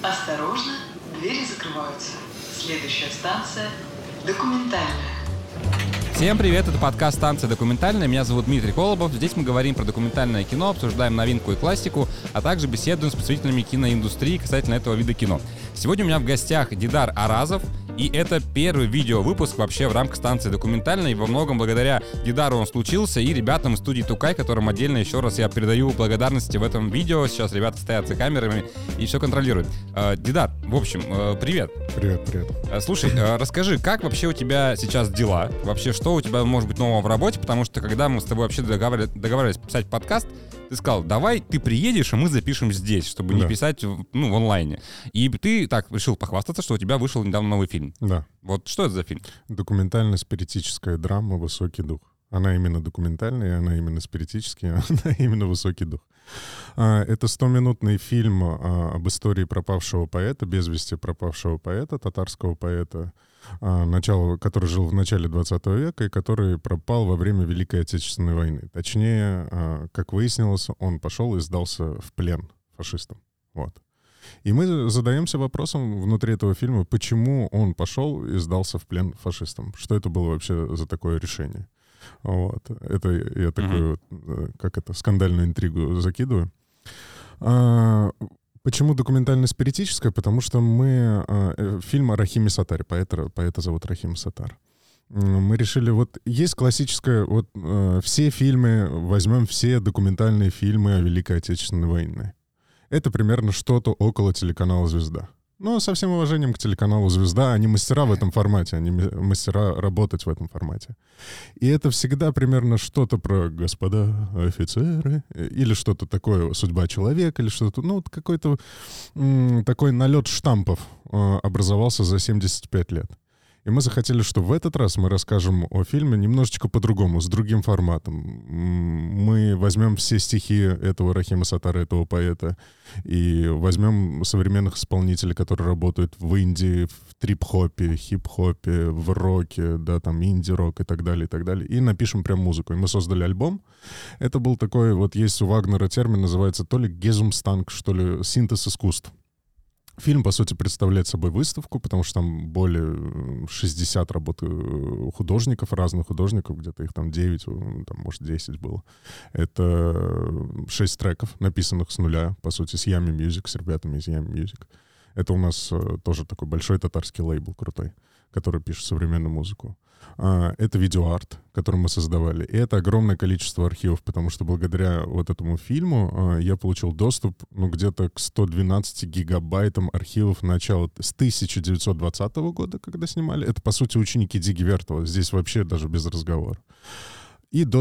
Осторожно, двери закрываются. Следующая станция – документальная. Всем привет, это подкаст «Станция документальная». Меня зовут Дмитрий Колобов. Здесь мы говорим про документальное кино, обсуждаем новинку и классику, а также беседуем с представителями киноиндустрии касательно этого вида кино. Сегодня у меня в гостях Дидар Аразов, и это первый видеовыпуск вообще в рамках «Станции документальной». И во многом благодаря Дидару он случился, и ребятам из студии Тукай, которым отдельно еще раз я передаю благодарности в этом видео. Сейчас ребята стоят за камерами и все контролируют. Дидар, в общем, привет. Привет. Слушай, расскажи, как вообще у тебя сейчас дела? Вообще, что у тебя может быть нового в работе? Потому что, когда мы с тобой вообще договаривались писать подкаст, ты сказал, давай ты приедешь, а мы запишем здесь, чтобы не писать в онлайне. И ты так решил похвастаться, что у тебя вышел недавно новый фильм. Да. Вот что это за фильм? Документально-спиритическая драма «Высокий дух». Она именно документальная, она именно спиритическая, она именно «Высокий дух». Это 100-минутный фильм об истории пропавшего поэта, без вести пропавшего поэта, татарского поэта, который жил в начале 20 века и который пропал во время Великой Отечественной войны. Точнее, как выяснилось, он пошел и сдался в плен фашистам. Вот. И мы задаемся вопросом внутри этого фильма, почему он пошел и сдался в плен фашистам. Что это было вообще за такое решение? Вот. Это я такую, скандальную интригу закидываю. Почему документально-спиритическое? Потому что фильм о Рахиме Саттаре, поэта зовут Рахим Саттар. Мы решили, есть классическое, все фильмы, возьмем все документальные фильмы о Великой Отечественной войне. Это примерно что-то около телеканала «Звезда». Но со всем уважением к телеканалу «Звезда», они мастера в этом формате, они мастера работать в этом формате. И это всегда примерно что-то про «господа офицеры», или что-то такое «судьба человека», или что-то, какой-то такой налет штампов образовался за 75 лет. И мы захотели, что в этот раз мы расскажем о фильме немножечко по-другому, с другим форматом. Мы возьмем все стихи этого Рахима Саттара, этого поэта, и возьмем современных исполнителей, которые работают в Индии, в трип-хопе, хип-хопе, в роке, инди-рок и так далее, и напишем прям музыку. И мы создали альбом. Это был такой, есть у Вагнера термин, называется то ли «гезумстанг», что ли, синтез искусств. Фильм, по сути, представляет собой выставку, потому что там более 60 работ художников, разных художников, где-то их там 9, может 10 было. Это 6 треков, написанных с нуля, по сути, с Yummy Music, с ребятами из Yummy Music. Это у нас тоже такой большой татарский лейбл крутой, который пишет современную музыку. Это видеоарт, который мы создавали. И это огромное количество архивов, потому что благодаря этому фильму я получил доступ где-то к 112 гигабайтам архивов начала с 1920 года, когда снимали. Это, по сути, ученики Диги Вертова. Здесь вообще даже без разговора. И до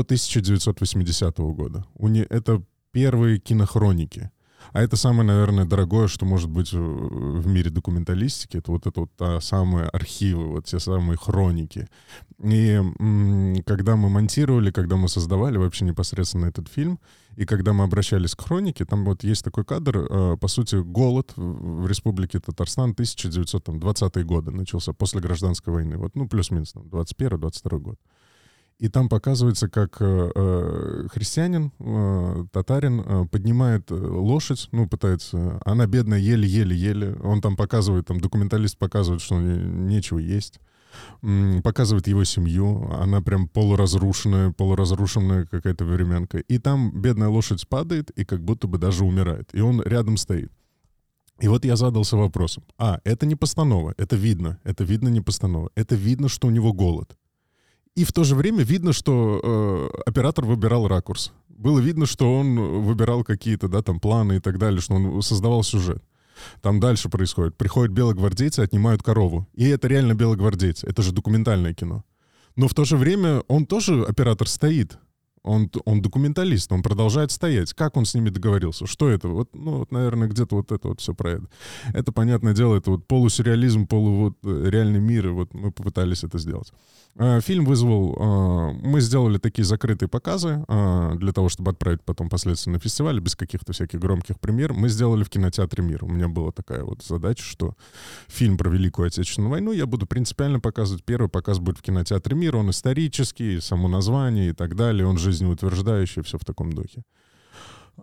1980 года. Это первые кинохроники. А это самое, наверное, дорогое, что может быть в мире документалистики. Это самые архивы, те самые хроники. И когда мы монтировали, когда мы создавали вообще непосредственно этот фильм, и когда мы обращались к хронике, там есть такой кадр, по сути, голод в Республике Татарстан 1920-е годы начался, после гражданской войны. Плюс-минус, 21-22 год. И там показывается, как христианин, татарин, поднимает лошадь, пытается, она бедная, еле-еле-еле. Он там показывает, документалист показывает, что нечего есть. Показывает его семью, она прям полуразрушенная какая-то временка. И там бедная лошадь падает и как будто бы даже умирает. И он рядом стоит. И я задался вопросом. Это не постанова, это видно не постанова. Это видно, что у него голод. И в то же время видно, что оператор выбирал ракурс. Было видно, что он выбирал какие-то, планы и так далее, что он создавал сюжет. Там дальше происходит. Приходят белогвардейцы, отнимают корову. И это реально белогвардейцы. Это же документальное кино. Но в то же время он тоже, оператор, стоит. Он документалист, он продолжает стоять. Как он с ними договорился? Что это? Наверное, где-то это все про это. Это, понятное дело, это полусюрреализм, реальный мир, и мы попытались это сделать. Фильм вызвал... Мы сделали такие закрытые показы для того, чтобы отправить потом последствия на фестиваль, без каких-то всяких громких премьер. Мы сделали в кинотеатре «Мир». У меня была такая задача, что фильм про Великую Отечественную войну я буду принципиально показывать. Первый показ будет в кинотеатре «Мир». Он исторический, само название и так далее. Он жизнеутверждающий, все в таком духе.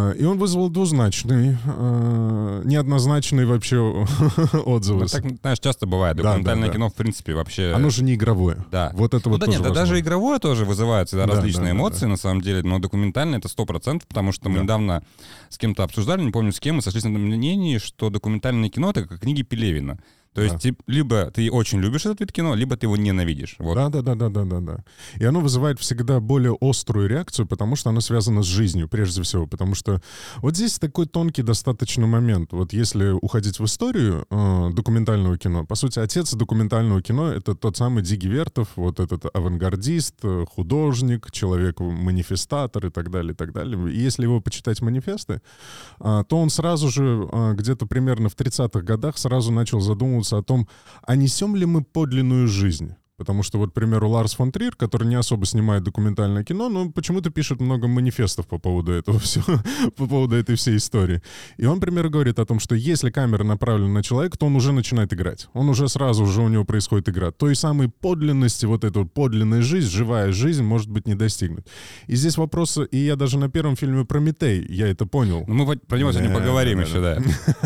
И он вызвал двузначный, неоднозначный вообще отзывы. Ну, так, знаешь, часто бывает. Документальное кино, в принципе, вообще... Оно же не игровое. Да. Вот это вот да тоже нет, важно. даже игровое тоже вызывает всегда различные эмоции, на самом деле, но документальное — это 100%, потому что мы недавно с кем-то обсуждали, не помню с кем, мы сошлись на мнении, что документальное кино — это как книги Пелевина. То есть либо ты очень любишь этот вид кино, либо ты его ненавидишь. Вот. Да. И оно вызывает всегда более острую реакцию, потому что оно связано с жизнью, прежде всего. Потому что вот здесь такой тонкий достаточно момент. Вот если уходить в историю документального кино, по сути, отец документального кино — это тот самый Диги Вертов, вот этот авангардист, художник, человек-манифестатор и так далее, и так далее. И если его почитать манифесты, то он сразу же, где-то примерно в 30-х годах, сразу начал задумываться о том, а несем ли мы подлинную жизнь. Потому что, вот, к примеру, Ларс фон Триер, который не особо снимает документальное кино, но почему-то пишет много манифестов по поводу этого всего, по поводу этой всей истории. И он, к примеру, говорит о том, что если камера направлена на человека, то он уже начинает играть. Он уже сразу же у него происходит игра. Той самой подлинности, вот этой вот подлинной жизнь, живая жизнь, может быть, не достигнуть. И здесь вопрос, и я даже на первом фильме «Прометей», я это понял. Мы про него сегодня поговорим еще, да.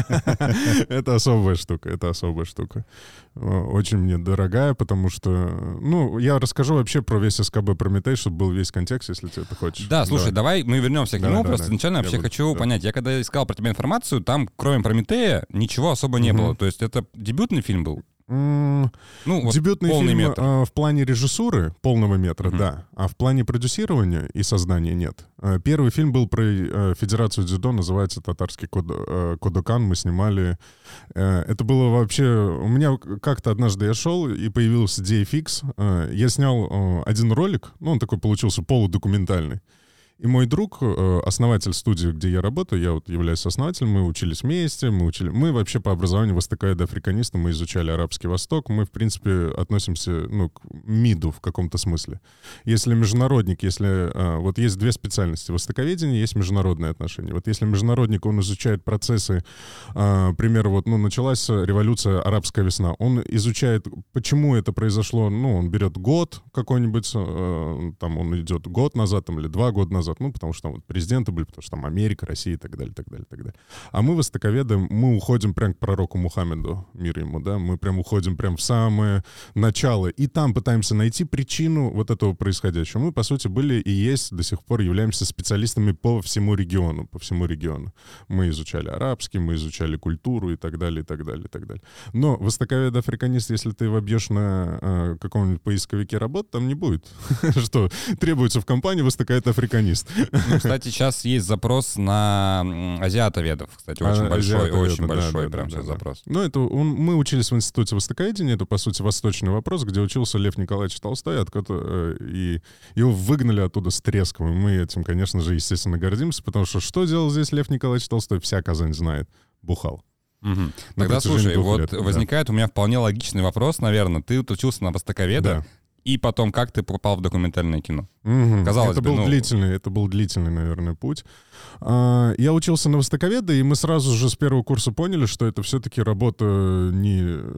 Это особая штука, Очень мне дорогая, потому что я расскажу вообще про весь СКБ «Прометей», чтобы был весь контекст, если ты это хочешь. Да, слушай, давай мы вернемся к нему. Просто изначально вообще хочу понять. Я когда искал про тебя информацию, там, кроме «Прометея», ничего особо не было. То есть это дебютный фильм был? Дебютный фильм метр. В плане режиссуры полного метра, да, а в плане продюсирования и создания нет. Первый фильм был про Федерацию дзюдо, называется «Татарский Кодокан», мы снимали. Это было вообще... У меня как-то однажды я шел, и появился DFX. Я снял один ролик, он такой получился полудокументальный. И мой друг, основатель студии, где я работаю, я вот являюсь основателем, мы учились вместе, мы вообще по образованию востоковеды-африканисты, мы изучали Арабский Восток, мы, в принципе, относимся, к МИДу в каком-то смысле. Если международник, вот есть две специальности, востоковедение, есть международные отношения. Вот если международник, он изучает процессы, к примеру, началась революция «Арабская весна», он изучает, почему это произошло, он берет год какой-нибудь, там он идет год назад, или 2 года назад, потому что там вот президенты были, потому что там Америка, Россия и так далее, так далее, так далее. А мы, востоковеды, мы уходим прям к пророку Мухаммеду, мир ему, да, мы прям уходим прям в самое начало, и там пытаемся найти причину вот этого происходящего. Мы, по сути, были и есть, до сих пор являемся специалистами по всему региону, Мы изучали арабский, мы изучали культуру и так далее, и так далее, и так далее. Но востоковед-африканист, если ты вобьешь на каком-нибудь поисковике работ, там не будет. Что требуется в компании востоковед-африканист. Кстати, сейчас есть запрос на азиатоведов, кстати, очень большой прям сейчас запрос. Мы учились в Институте востоковедения, это, по сути, восточный вопрос, где учился Лев Николаевич Толстой, и его выгнали оттуда с треском, и мы этим, конечно же, естественно, гордимся, потому что делал здесь Лев Николаевич Толстой, вся Казань знает, бухал. Тогда, слушай, возникает у меня вполне логичный вопрос, наверное. Ты учился на востоковеда, и потом как ты попал в документальное кино? Казалось бы, это был длительный, наверное, путь. Я учился на востоковеда, и мы сразу же с первого курса поняли, что это все-таки работа не...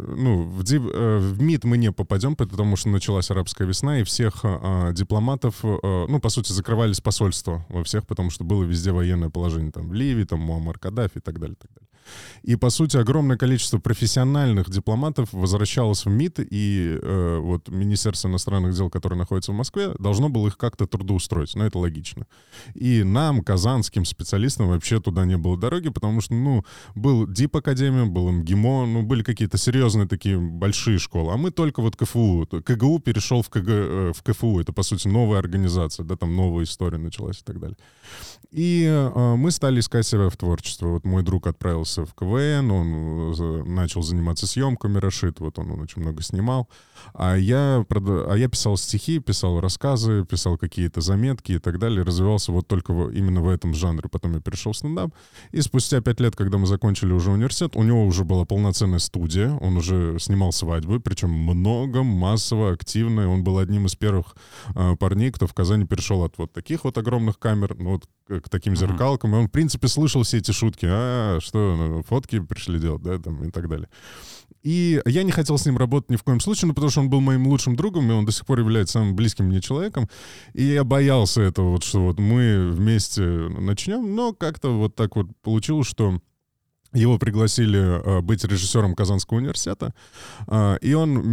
в МИД мы не попадем, потому что началась арабская весна, и всех дипломатов, по сути, закрывались посольства во всех, потому что было везде военное положение, там, в Ливии, там, Муаммар Каддафи и так далее, и так далее. И, по сути, огромное количество профессиональных дипломатов возвращалось в МИД, и вот Министерство иностранных дел, которое находится в Москве, должно было их как-то трудоустроить. Но это логично. И нам, казанским специалистам, вообще туда не было дороги, потому что, был ДИП-академия, был МГИМО, были какие-то серьезные такие большие школы. А мы только вот КФУ. КГУ перешел в КФУ. Это, по сути, новая организация, да, там новая история началась и так далее. И мы стали искать себя в творчестве. Вот мой друг отправился в КВН, он начал заниматься съемками, Рашид, вот он очень много снимал. А я писал стихи, писал рассказы, писал какие-то заметки и так далее, развивался вот только именно в этом жанре. Потом я перешел в стендап, и спустя 5 лет, когда мы закончили уже университет, у него уже была полноценная студия, он уже снимал свадьбы, причем много, массово, активно, он был одним из первых парней, кто в Казани перешел от вот таких вот огромных камер, к таким зеркалкам, и он, в принципе, слышал все эти шутки, что, фотки пришли делать, да, там, и так далее. И я не хотел с ним работать ни в коем случае, потому что он был моим лучшим другом, и он до сих пор является самым близким мне человеком. И я боялся этого, вот, что вот мы вместе начнем, но как-то вот так вот получилось, что его пригласили быть режиссером Казанского университета, и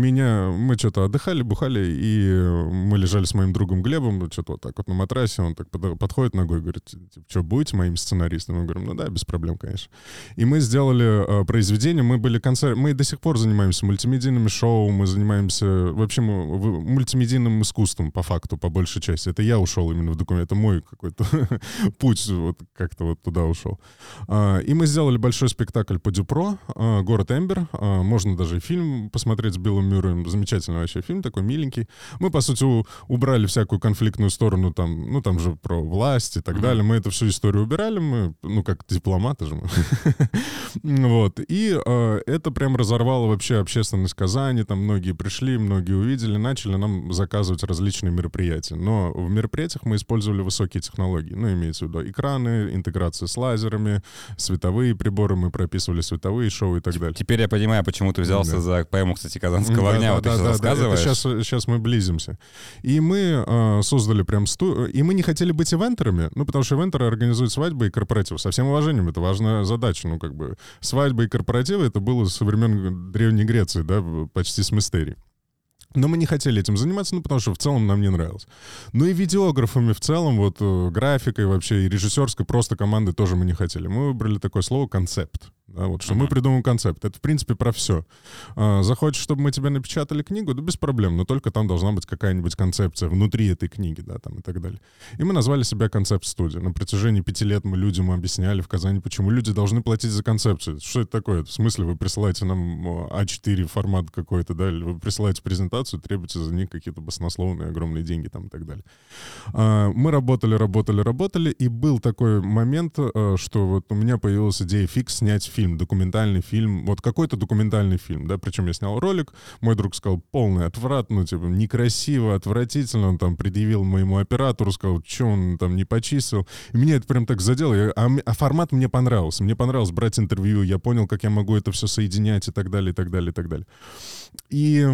мы что-то отдыхали, бухали, и мы лежали с моим другом Глебом, что-то вот так вот на матрасе, он так подходит ногой, говорит, типа, что, будете моим сценаристом? Мы говорим, ну да, без проблем, конечно. И мы сделали произведение, мы до сих пор занимаемся мультимедийными шоу, мы занимаемся вообще мультимедийным искусством, по факту, по большей части. Это я ушел именно в документ, это мой какой-то путь вот как-то вот туда ушел. И мы сделали большой спектакль по Дюпро, «Город Эмбер». Можно даже и фильм посмотреть с Биллом Мюрреем. Замечательный вообще фильм, такой миленький. Мы, по сути, убрали всякую конфликтную сторону, там же про власть и так далее. Мы эту всю историю убирали, мы, как дипломаты же мы. Вот. И это прям разорвало вообще общественность Казани. Там многие пришли, многие увидели, начали нам заказывать различные мероприятия. Но в мероприятиях мы использовали высокие технологии. Имеется в виду экраны, интеграция с лазерами, световые приборы, мы прописывали световые шоу и так далее. Теперь я понимаю, почему ты взялся за поэму, кстати, «Казанского огня». Вот ты сейчас рассказываешь. Сейчас мы близимся. И мы создали прям и мы не хотели быть ивентерами, потому что ивентеры организуют свадьбы и корпоративы. Со всем уважением, это важная задача. Свадьбы и корпоративы, это было со времен Древней Греции, да, почти с мистерией. Но мы не хотели этим заниматься, потому что в целом нам не нравилось. Ну и видеографами в целом, вот графикой вообще и режиссерской просто командой тоже мы не хотели. Мы выбрали такое слово «концепт». Да, вот, что мы придумаем концепт. Это, в принципе, про все. Захочешь, чтобы мы тебе напечатали книгу, да без проблем, но только там должна быть какая-нибудь концепция внутри этой книги, да, там и так далее. И мы назвали себя «Концепт-студия». На протяжении 5 лет мы людям объясняли в Казани, почему люди должны платить за концепцию. Что это такое? В смысле, вы присылаете нам А4 формат какой-то, да, или вы присылаете презентацию, требуете за них какие-то баснословные огромные деньги там и так далее. Мы работали, и был такой момент, что вот у меня появилась идея фикс снять фильм, документальный фильм, вот какой-то документальный фильм, да, причем я снял ролик, мой друг сказал, полный отврат, некрасиво, отвратительно, он там предъявил моему оператору, сказал, что он там не почистил, и меня это прям так задело, а формат мне понравился брать интервью, я понял, как я могу это все соединять и так далее, и так далее, и так далее. И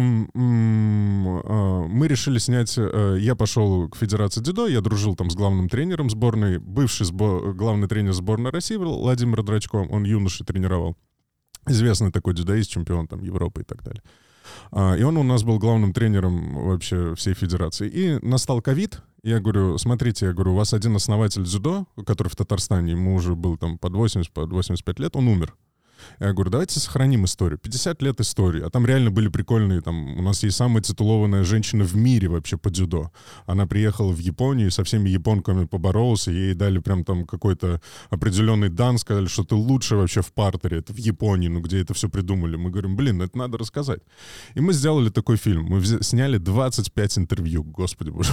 мы решили снять, я пошел к Федерации дзюдо, я дружил там с главным тренером сборной, бывший главный тренер сборной России Владимир Драчко, он юношей тренировал. Известный такой дзюдоист, чемпион там Европы и так далее. И он у нас был главным тренером вообще всей федерации. И настал ковид. Я говорю, смотрите, у вас один основатель дзюдо, который в Татарстане, ему уже был там под 80, под 85 лет, он умер. Я говорю, давайте сохраним историю. 50 лет истории. А там реально были прикольные, там у нас есть самая титулованная женщина в мире вообще по дзюдо. Она приехала в Японию, со всеми японками поборолась, и ей дали прям там какой-то определенный дан, сказали, что ты лучший вообще в партере, это в Японии, где это все придумали. Мы говорим, это надо рассказать. И мы сделали такой фильм. Мы сняли 25 интервью, господи боже.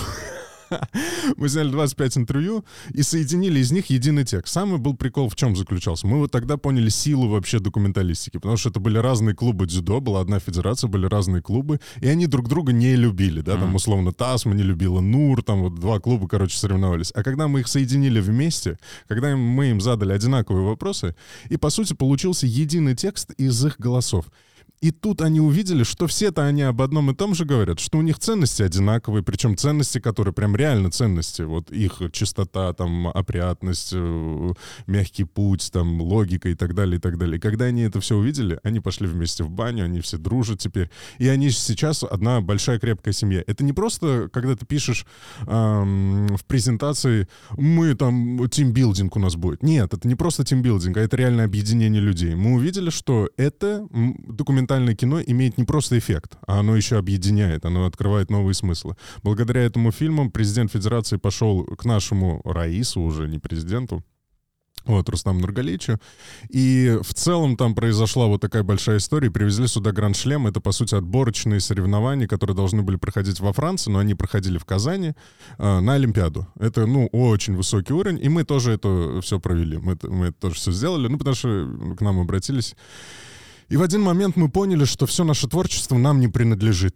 Мы сняли 25 интервью и соединили из них единый текст. Самый был прикол в чем заключался? Мы вот тогда поняли силу вообще документалистики, потому что это были разные клубы дзюдо, была одна федерация, были разные клубы, и они друг друга не любили, да, там условно Тасма не любила НУР, там вот 2 клуба, соревновались. А когда мы их соединили вместе, когда мы им задали одинаковые вопросы, и по сути получился единый текст из их голосов. И тут они увидели, что все-то они об одном и том же говорят, что у них ценности одинаковые, причем ценности, которые прям реально ценности. Вот их чистота, там, опрятность, мягкий путь, там, логика и так далее, и так далее. И когда они это все увидели, они пошли вместе в баню, они все дружат теперь. И они сейчас одна большая крепкая семья. Это не просто, когда ты пишешь в презентации, мы там, тимбилдинг у нас будет. Нет, это не просто тимбилдинг, а это реальное объединение людей. Мы увидели, что это документальное кино имеет не просто эффект, а оно еще объединяет, оно открывает новые смыслы. Благодаря этому фильму президент Федерации пошел к нашему Раису, уже не президенту, Рустаму Нургалиевичу, и в целом там произошла вот такая большая история, привезли сюда Гранд-шлем, это, по сути, отборочные соревнования, которые должны были проходить во Франции, но они проходили в Казани на Олимпиаду. Это, очень высокий уровень, и мы тоже это все провели, мы это тоже все сделали, потому что к нам обратились. И в один момент мы поняли, что все наше творчество нам не принадлежит.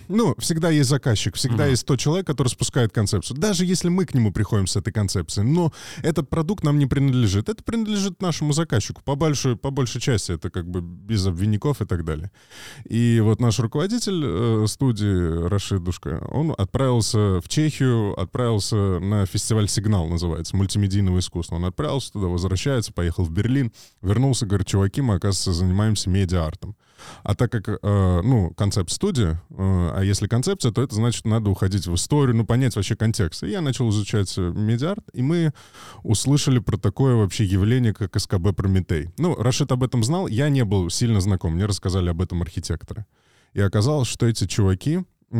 всегда есть заказчик, всегда есть тот человек, который спускает концепцию. Даже если мы к нему приходим с этой концепцией, но этот продукт нам не принадлежит. Это принадлежит нашему заказчику. По большей части это как бы без обвиняков и так далее. И вот наш руководитель студии Рашид Душка, он отправился в Чехию, отправился на фестиваль «Сигнал», называется, мультимедийного искусства. Он отправился туда, возвращается, поехал в Берлин, вернулся, говорит, чуваки, мы, оказывается, занимаемся медиа-артом. А так как, концепт-студия, а если концепция, то это значит, надо уходить в историю, понять вообще контекст. И я начал изучать медиа-арт, и мы услышали про такое вообще явление, как СКБ «Прометей». Рашид об этом знал, я не был сильно знаком, мне рассказали об этом архитекторы. И оказалось, что эти чуваки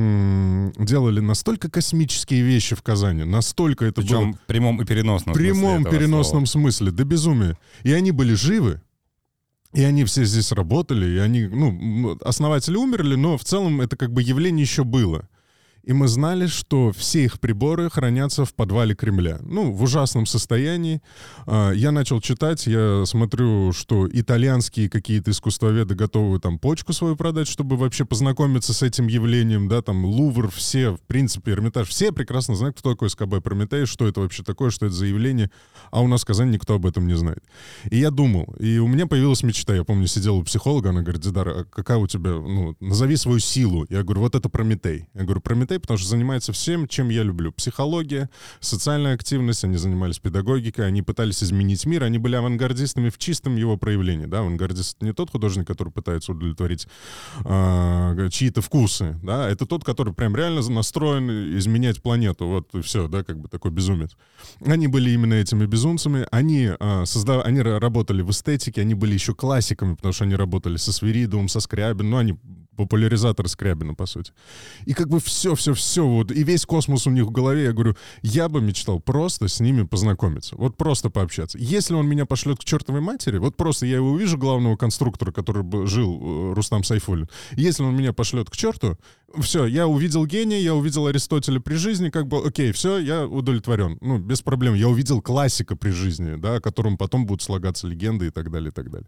делали настолько космические вещи в Казани, настолько это причем было... в прямом и переносном смысле. В прямом переносном смысле, до безумия. И они были живы, и они все здесь работали, и они, основатели умерли, но в целом это как бы явление еще было. И мы знали, что все их приборы хранятся в подвале Кремля. В ужасном состоянии. Я начал читать, я смотрю, что итальянские какие-то искусствоведы готовы там почку свою продать, чтобы вообще познакомиться с этим явлением, да, там Лувр, все, в принципе, Эрмитаж, все прекрасно знают, кто такой СКБ «Прометей», что это вообще такое, что это за явление, а у нас в Казани никто об этом не знает. И я думал, и у меня появилась мечта, я помню, сидел у психолога, она говорит, Дидар, а какая у тебя, назови свою силу. Я говорю, вот это Прометей. Я говорю, Прометей, потому что занимается всем, чем я люблю. Психология, социальная активность, они занимались педагогикой, они пытались изменить мир, они были авангардистами в чистом его проявлении. Да? Авангардист — не тот художник, который пытается удовлетворить чьи-то вкусы, да? Это тот, который прям реально настроен изменять планету. Вот и все, да, как бы такой безумец. Они были именно этими безумцами, они работали в эстетике, они были еще классиками, потому что они работали со Свиридовым, со Скрябиным, они популяризаторы Скрябина, по сути. И как бы все, вот, и весь космос у них в голове, я говорю, я бы мечтал просто с ними познакомиться, вот просто пообщаться. Если он меня пошлет к чертовой матери, вот просто я его увижу, главного конструктора, который жил, Рустам Сайфуллин, если он меня пошлет к черту, все, я увидел гения, я увидел Аристотеля при жизни, как бы, окей, все, я удовлетворен, без проблем. Я увидел классика при жизни, да, о котором потом будут слагаться легенды и так далее, и так далее.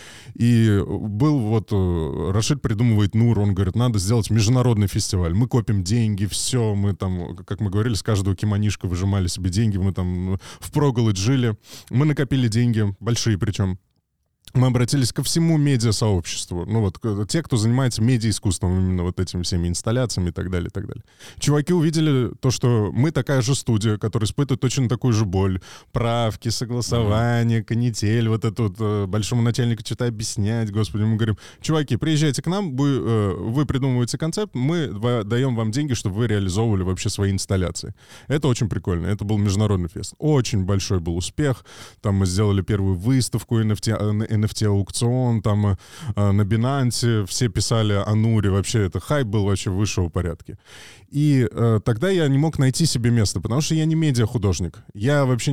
И был вот, Рашид придумывает НУР, он говорит, надо сделать международный фестиваль, мы копим деньги, все, мы там, как мы говорили, с каждого кимонишка выжимали себе деньги, мы там впроголодь жили, мы накопили деньги, большие причем. Мы обратились ко всему медиа-сообществу. Те, кто занимается медиа-искусством, именно вот этими всеми инсталляциями и так далее, и так далее. Чуваки увидели то, что мы такая же студия, которая испытывает точно такую же боль. Правки, согласования, канитель, вот это вот большому начальнику что-то объяснять, господи. Мы говорим, чуваки, приезжайте к нам, вы придумываете концепт, мы даем вам деньги, чтобы вы реализовывали вообще свои инсталляции. Это очень прикольно. Это был международный фест. Очень большой был успех. Там мы сделали первую выставку NFT-аукцион, там на Binance, все писали о Нуре, вообще это хайп был вообще высшего порядка. И тогда я не мог найти себе место, потому что я не медиахудожник. Я вообще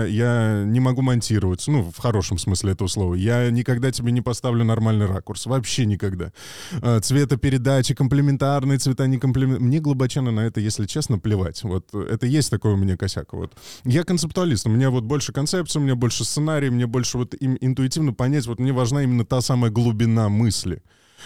я не могу монтировать, в хорошем смысле этого слова. Я никогда тебе не поставлю нормальный ракурс, вообще никогда. Цветопередачи, комплементарные цвета, не комплементарные. Мне глубоченно на это, если честно, плевать. Вот это есть такой у меня косяк. Вот. Я концептуалист, у меня вот больше концепции, у меня больше сценарий, мне больше вот интуитивно понять, вот мне важна именно та самая глубина мысли.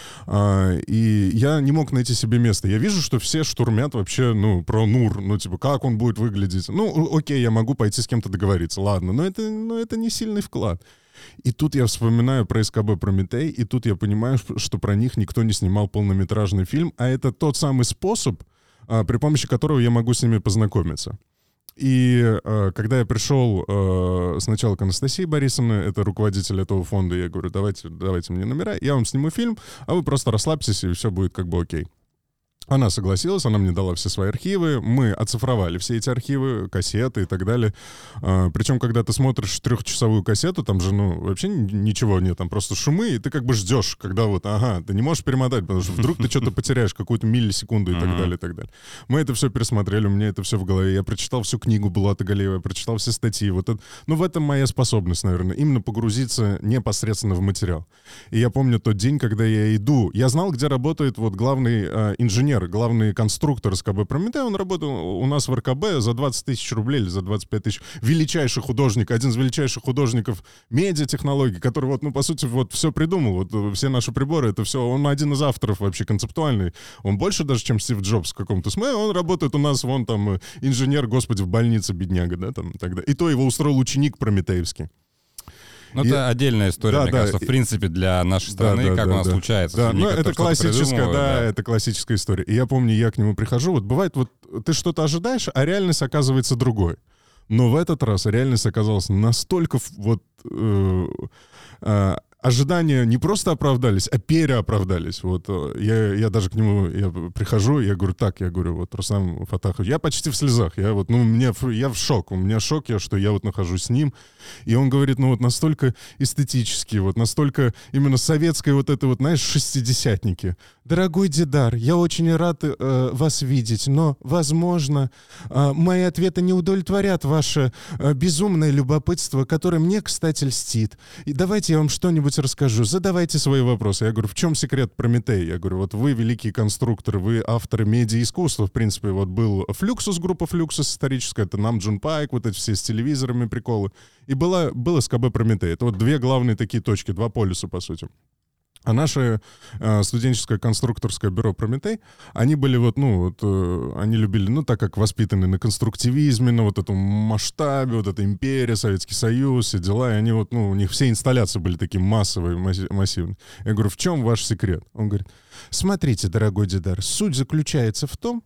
И я не мог найти себе места. Я вижу, что все штурмят вообще, про НУР, как он будет выглядеть. Окей, я могу пойти с кем-то договориться, ладно, но это не сильный вклад. И тут я вспоминаю про СКБ «Прометей», и тут я понимаю, что про них никто не снимал полнометражный фильм, а это тот самый способ, при помощи которого я могу с ними познакомиться. И когда я пришел сначала к Анастасии Борисовне, это руководитель этого фонда, я говорю, давайте мне номера, я вам сниму фильм, а вы просто расслабьтесь, и все будет как бы окей. Она согласилась, она мне дала все свои архивы, мы оцифровали все эти архивы, кассеты и так далее. Причем, когда ты смотришь 3-часовую кассету, там же, вообще ничего нет, там просто шумы, и ты как бы ждешь, когда ты не можешь перемотать, потому что вдруг ты что-то потеряешь, какую-то миллисекунду и так далее, и так далее. Мы это все пересмотрели, у меня это все в голове. Я прочитал всю книгу Булата Галиева, я прочитал все статьи. Вот это, в этом моя способность, наверное, именно погрузиться непосредственно в материал. И я помню тот день, когда я иду, я знал, где работает вот главный инженер инженер, главный конструктор СКБ «Прометей», он работал у нас в РКБ за 20 тысяч рублей или за 25 тысяч. Величайший художник, один из величайших художников медиатехнологий, который вот, ну, по сути, вот все придумал. Вот все наши приборы, это все, он один из авторов вообще концептуальный. Он больше даже, чем Стив Джобс в каком-то смысле. Он работает у нас, вон там, инженер, господи, в больнице, бедняга, да, там, тогда. И то его устроил ученик прометеевский. Ну, это отдельная история, мне кажется, в принципе, для нашей страны, как у нас случается. Да, ну, это классическая, это классическая история. И я помню, я к нему прихожу, вот бывает, вот ты что-то ожидаешь, а реальность оказывается другой. Но в этот раз реальность оказалась настолько вот... ожидания не просто оправдались, а переоправдались. Вот я даже к нему прихожу, я говорю, вот Рустам Фатахов, я почти в слезах, я в шок, у меня шок, что я вот нахожусь с ним, и он говорит, ну вот настолько эстетически, вот настолько именно советской вот это вот, знаешь, шестидесятники. Дорогой Дидар, я очень рад вас видеть, но, возможно, мои ответы не удовлетворят ваше безумное любопытство, которое мне, кстати, льстит. И давайте я вам что-нибудь расскажу. Задавайте свои вопросы. Я говорю, в чем секрет Прометей? Я говорю, вот вы великие конструкторы, вы авторы медиаискусства. В принципе, вот был Флюксус, группа Флюксус историческая, это Нам Джун Пайк, вот эти все с телевизорами приколы. И был СКБ Прометей. Это вот две главные такие точки, два полюса, по сути. А наше студенческое конструкторское бюро «Прометей», они были вот, ну, вот, они любили, ну, так как воспитаны на конструктивизме, на вот этом масштабе, вот эта империя, Советский Союз, все дела, и они вот, ну, у них все инсталляции были такие массовые, массивные. Я говорю, в чем ваш секрет? Он говорит, смотрите, дорогой Дидар, суть заключается в том,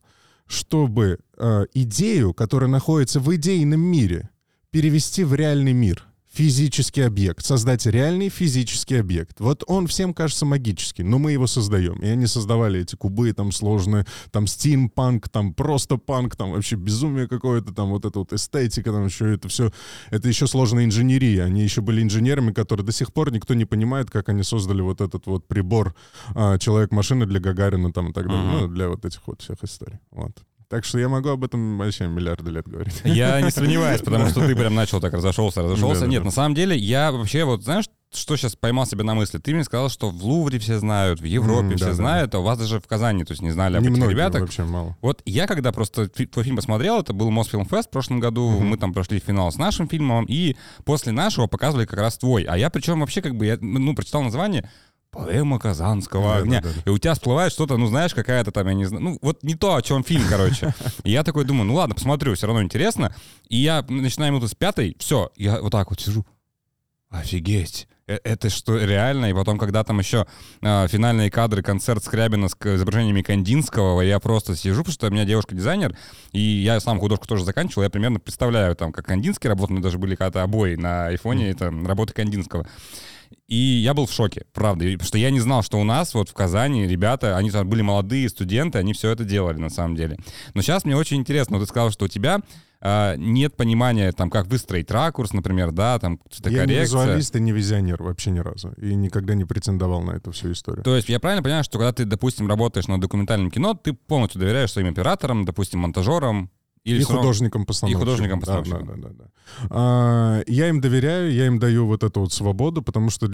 чтобы идею, которая находится в идейном мире, перевести в реальный мир. Физический объект, создать реальный физический объект. Вот он всем кажется магический, но мы его создаем. И они создавали эти кубы там сложные, там стимпанк, там просто панк, там вообще безумие какое-то, там вот эта вот эстетика, там еще это все, это еще сложная инженерия. Они еще были инженерами, которые до сих пор никто не понимает, как они создали вот этот вот прибор Человек-машина для Гагарина там и так далее, ну, для вот этих вот всех историй. Вот. Так что я могу об этом вообще миллиарды лет говорить. Я не сомневаюсь, потому что ты прям начал так разошелся. Нет, на самом деле, я вообще вот, знаешь, что сейчас поймал себя на мысли? Ты мне сказал, что в Лувре все знают, в Европе все знают, а у вас даже в Казани, то есть не знали об этих ребятах. Вообще мало. Вот я когда просто твой фильм посмотрел, это был Мосфильмфест в прошлом году, мы там прошли финал с нашим фильмом, и после нашего показывали как раз твой. А я причем вообще как бы, я, прочитал название, «Поэма Казанского огня». И у тебя всплывает что-то, ну, знаешь, какая-то там, я не знаю, ну, вот не то, о чем фильм, короче. И я такой думаю, ну, ладно, посмотрю, все равно интересно. И я начинаю минуты с 5, все, я вот так вот сижу. Офигеть. Это что, реально? И потом, когда там еще финальные кадры, концерт Скрябина с изображениями Кандинского, я просто сижу, потому что у меня девушка дизайнер, и я сам художку тоже заканчивал, я примерно представляю, там, как Кандинский работал, у меня даже были когда-то обои на айфоне, это работы Кандинского. И я был в шоке, правда, потому что я не знал, что у нас вот в Казани ребята, они там были молодые студенты, они все это делали на самом деле. Но сейчас мне очень интересно, ты сказал, что у тебя нет понимания, там, как выстроить ракурс, например, да, там, коррекция. Я не визуалист и не визионер вообще ни разу, и никогда не претендовал на эту всю историю. То есть я правильно понимаю, что когда ты, допустим, работаешь над документальным кино, ты полностью доверяешь своим операторам, допустим, монтажерам, и художникам-постановщикам. И художникам-постановщикам. Да. Я им доверяю, я им даю вот эту вот свободу, потому что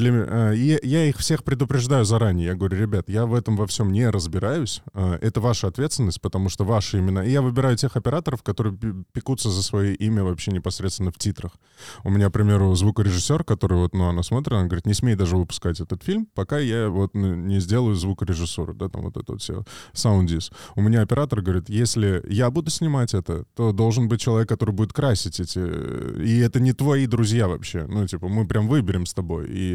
я их всех предупреждаю заранее. Я говорю, ребят, я в этом во всем не разбираюсь. Это ваша ответственность, потому что ваши имена... И я выбираю тех операторов, которые пекутся за свое имя вообще непосредственно в титрах. У меня, к примеру, звукорежиссер, который вот, ну, она смотрит, она говорит, не смей даже выпускать этот фильм, пока я вот не сделаю звукорежиссуру, да, там вот это вот все, саунддиз. У меня оператор говорит, если я буду снимать это, то должен быть человек, который будет красить эти... И это не твои друзья вообще. Ну, типа, мы прям выберем с тобой. И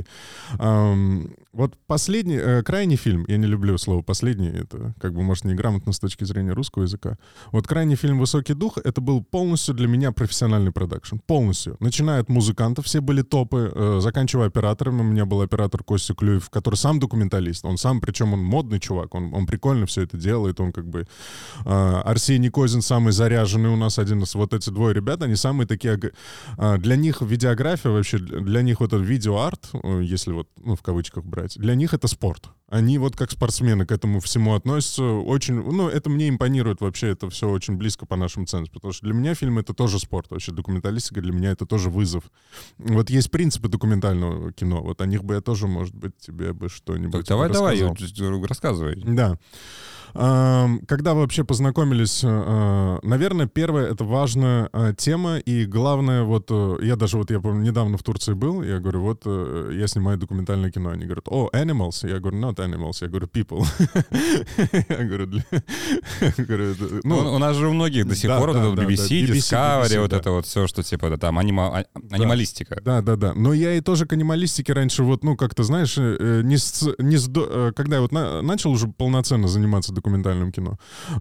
вот последний, крайний фильм, я не люблю слово «последний», это как бы, может, неграмотно с точки зрения русского языка. Вот крайний фильм «Высокий дух» — это был полностью для меня профессиональный продакшн. Полностью. Начиная от музыкантов, все были топы, заканчивая операторами. У меня был оператор Костя Клюев, который сам документалист. Он сам, причем он модный чувак, он прикольно все это делает. Он как бы... Арсений Козин самый заряженный у нас, один из... Вот эти двое ребят, они самые такие... Для них видеография вообще, для них вот этот видеоарт, если вот, ну, в кавычках брать, для них это спорт. Они вот как спортсмены к этому всему относятся очень... Ну, это мне импонирует вообще, это все очень близко по нашим ценностям, потому что для меня фильм — это тоже спорт, вообще документалистика для меня — это тоже вызов. Вот есть принципы документального кино, вот о них бы я тоже, может быть, тебе бы что-нибудь Давай, рассказывай. Да. Когда вы вообще познакомились, наверное, первое, это важная тема, и главное, вот я помню, недавно в Турции был, я говорю, вот я снимаю документальное кино, они говорят, animals, я говорю, not animals, я говорю, people. Я говорю, у нас же у многих до сих пор BBC, Discovery, вот это вот все, что типа там анималистика. Да. Но я и тоже к анималистике раньше вот, как-то, знаешь, когда я вот начал уже полноценно заниматься документальным кино,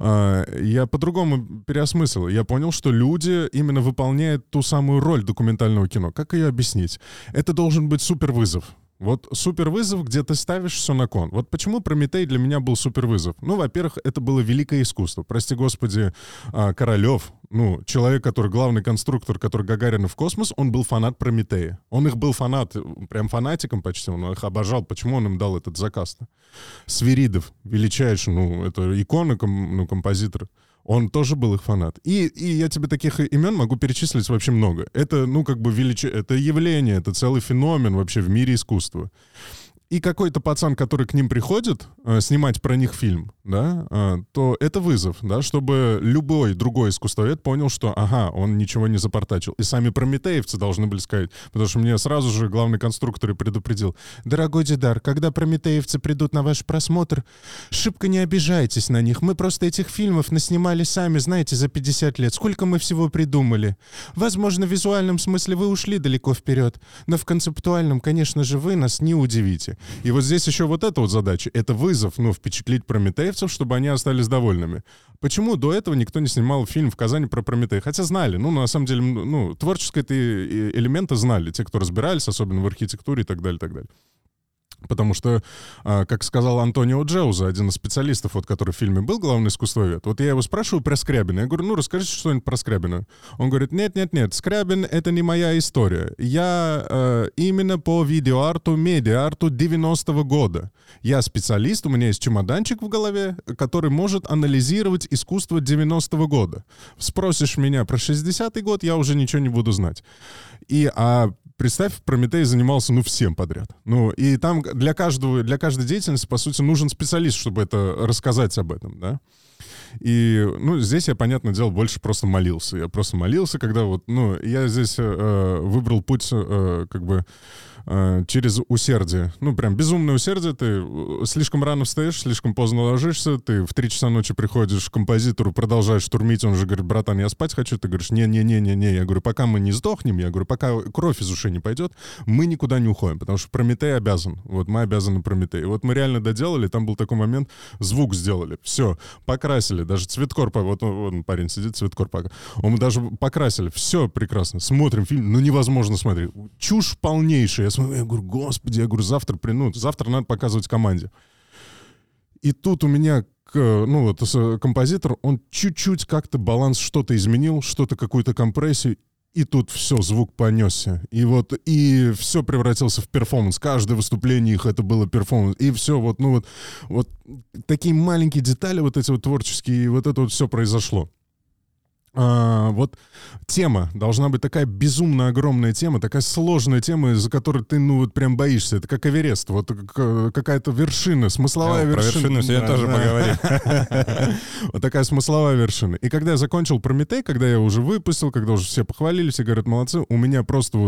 я по-другому переосмыслил. Я понял, что люди именно выполняют ту самую роль документального кино. Как ее объяснить? Это должен быть супервызов. Вот супервызов, где ты ставишь все на кон. Вот почему «Прометей» для меня был супервызов. Ну, во-первых, это было великое искусство. Прости господи, Королев, человек, который главный конструктор, который Гагарина в космос, он был фанат «Прометея». Он их был прям фанатиком почти, он их обожал. Почему он им дал этот заказ-то? Свиридов, величайший, это икона, композитор. Он тоже был их фанат. И я тебе таких имен могу перечислить вообще много. Это, это явление, это целый феномен вообще в мире искусства. И какой-то пацан, который к ним приходит снимать про них фильм, да, то это вызов, да, чтобы любой другой искусствовед понял, что, он ничего не запортачил. И сами прометеевцы должны были сказать, потому что мне сразу же главный конструктор и предупредил: дорогой Дидар, когда прометеевцы придут на ваш просмотр, шибко не обижайтесь на них. Мы просто этих фильмов наснимали сами, знаете, за 50 лет. Сколько мы всего придумали. Возможно, в визуальном смысле вы ушли далеко вперед, но в концептуальном, конечно же, вы нас не удивите. И вот здесь еще вот эта вот задача. Это вызов, впечатлить прометеевцев, чтобы они остались довольными. Почему до этого никто не снимал фильм в Казани про Прометея? Хотя знали, на самом деле, творческие элементы знали, те, кто разбирались, особенно в архитектуре и так далее, так далее. Потому что, как сказал Антонио Джеуза, один из специалистов, который в фильме был, главный искусствовед, вот я его спрашиваю про Скрябина. Я говорю, расскажите что-нибудь про Скрябина. Он говорит, нет, Скрябин — это не моя история. Я именно по видеоарту, медиа-арту 90-го года. Я специалист, у меня есть чемоданчик в голове, который может анализировать искусство 90-го года. Спросишь меня про 60-й год, я уже ничего не буду знать. Представь, Прометей занимался, всем подряд. И там для каждой деятельности, по сути, нужен специалист, чтобы рассказать об этом, да. И, здесь я, понятное дело, больше просто молился. Я просто молился, когда я здесь выбрал путь, через усердие. Прям безумное усердие. Ты слишком рано встаешь, слишком поздно ложишься, ты в 3 часа ночи приходишь к композитору, продолжаешь штурмить, он же говорит, братан, я спать хочу. Ты говоришь, не. Я говорю, пока мы не сдохнем, я говорю, пока кровь из ушей не пойдет, мы никуда не уходим, потому что Прометей обязан. Вот мы обязаны Прометею. Вот мы реально доделали, там был такой момент, звук сделали, все, покрасили, даже цветкор, вот парень сидит, цветкор пока, он даже покрасили, все прекрасно, смотрим фильм, невозможно смотреть, чушь полнейшая. Я говорю, господи, завтра надо показывать команде. И тут у меня, композитор, он чуть-чуть как-то баланс что-то изменил, какую-то компрессию, и тут все, звук понесся. И все превратился в перформанс. Каждое выступление их это было перформанс. И все, вот такие маленькие детали, эти творческие, и это все произошло. Тема должна быть такая безумно огромная тема, такая сложная тема, из-за которой ты, прям боишься. Это как Эверест, какая-то вершина, смысловая вершина. Про вершину сегодня тоже поговорим. Вот такая смысловая вершина. И когда я закончил Прометей, когда я уже выпустил, когда уже все похвалили, все говорят, молодцы, у меня просто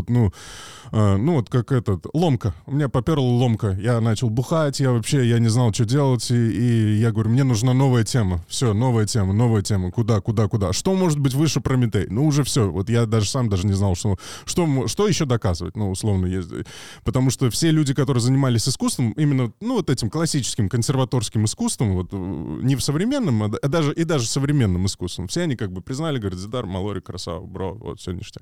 ломка. У меня поперла ломка. Я начал бухать, я не знал, что делать, и я говорю, мне нужна новая тема. Все, новая тема. Куда? Что может быть выше Прометей? Уже все. Вот я сам даже не знал, что еще доказывать, условно. Потому что все люди, которые занимались искусством, именно, этим классическим консерваторским искусством, не в современном, а даже современным искусством, все они признали, говорят, Дидар, Малори, красава, бро, все ништяк.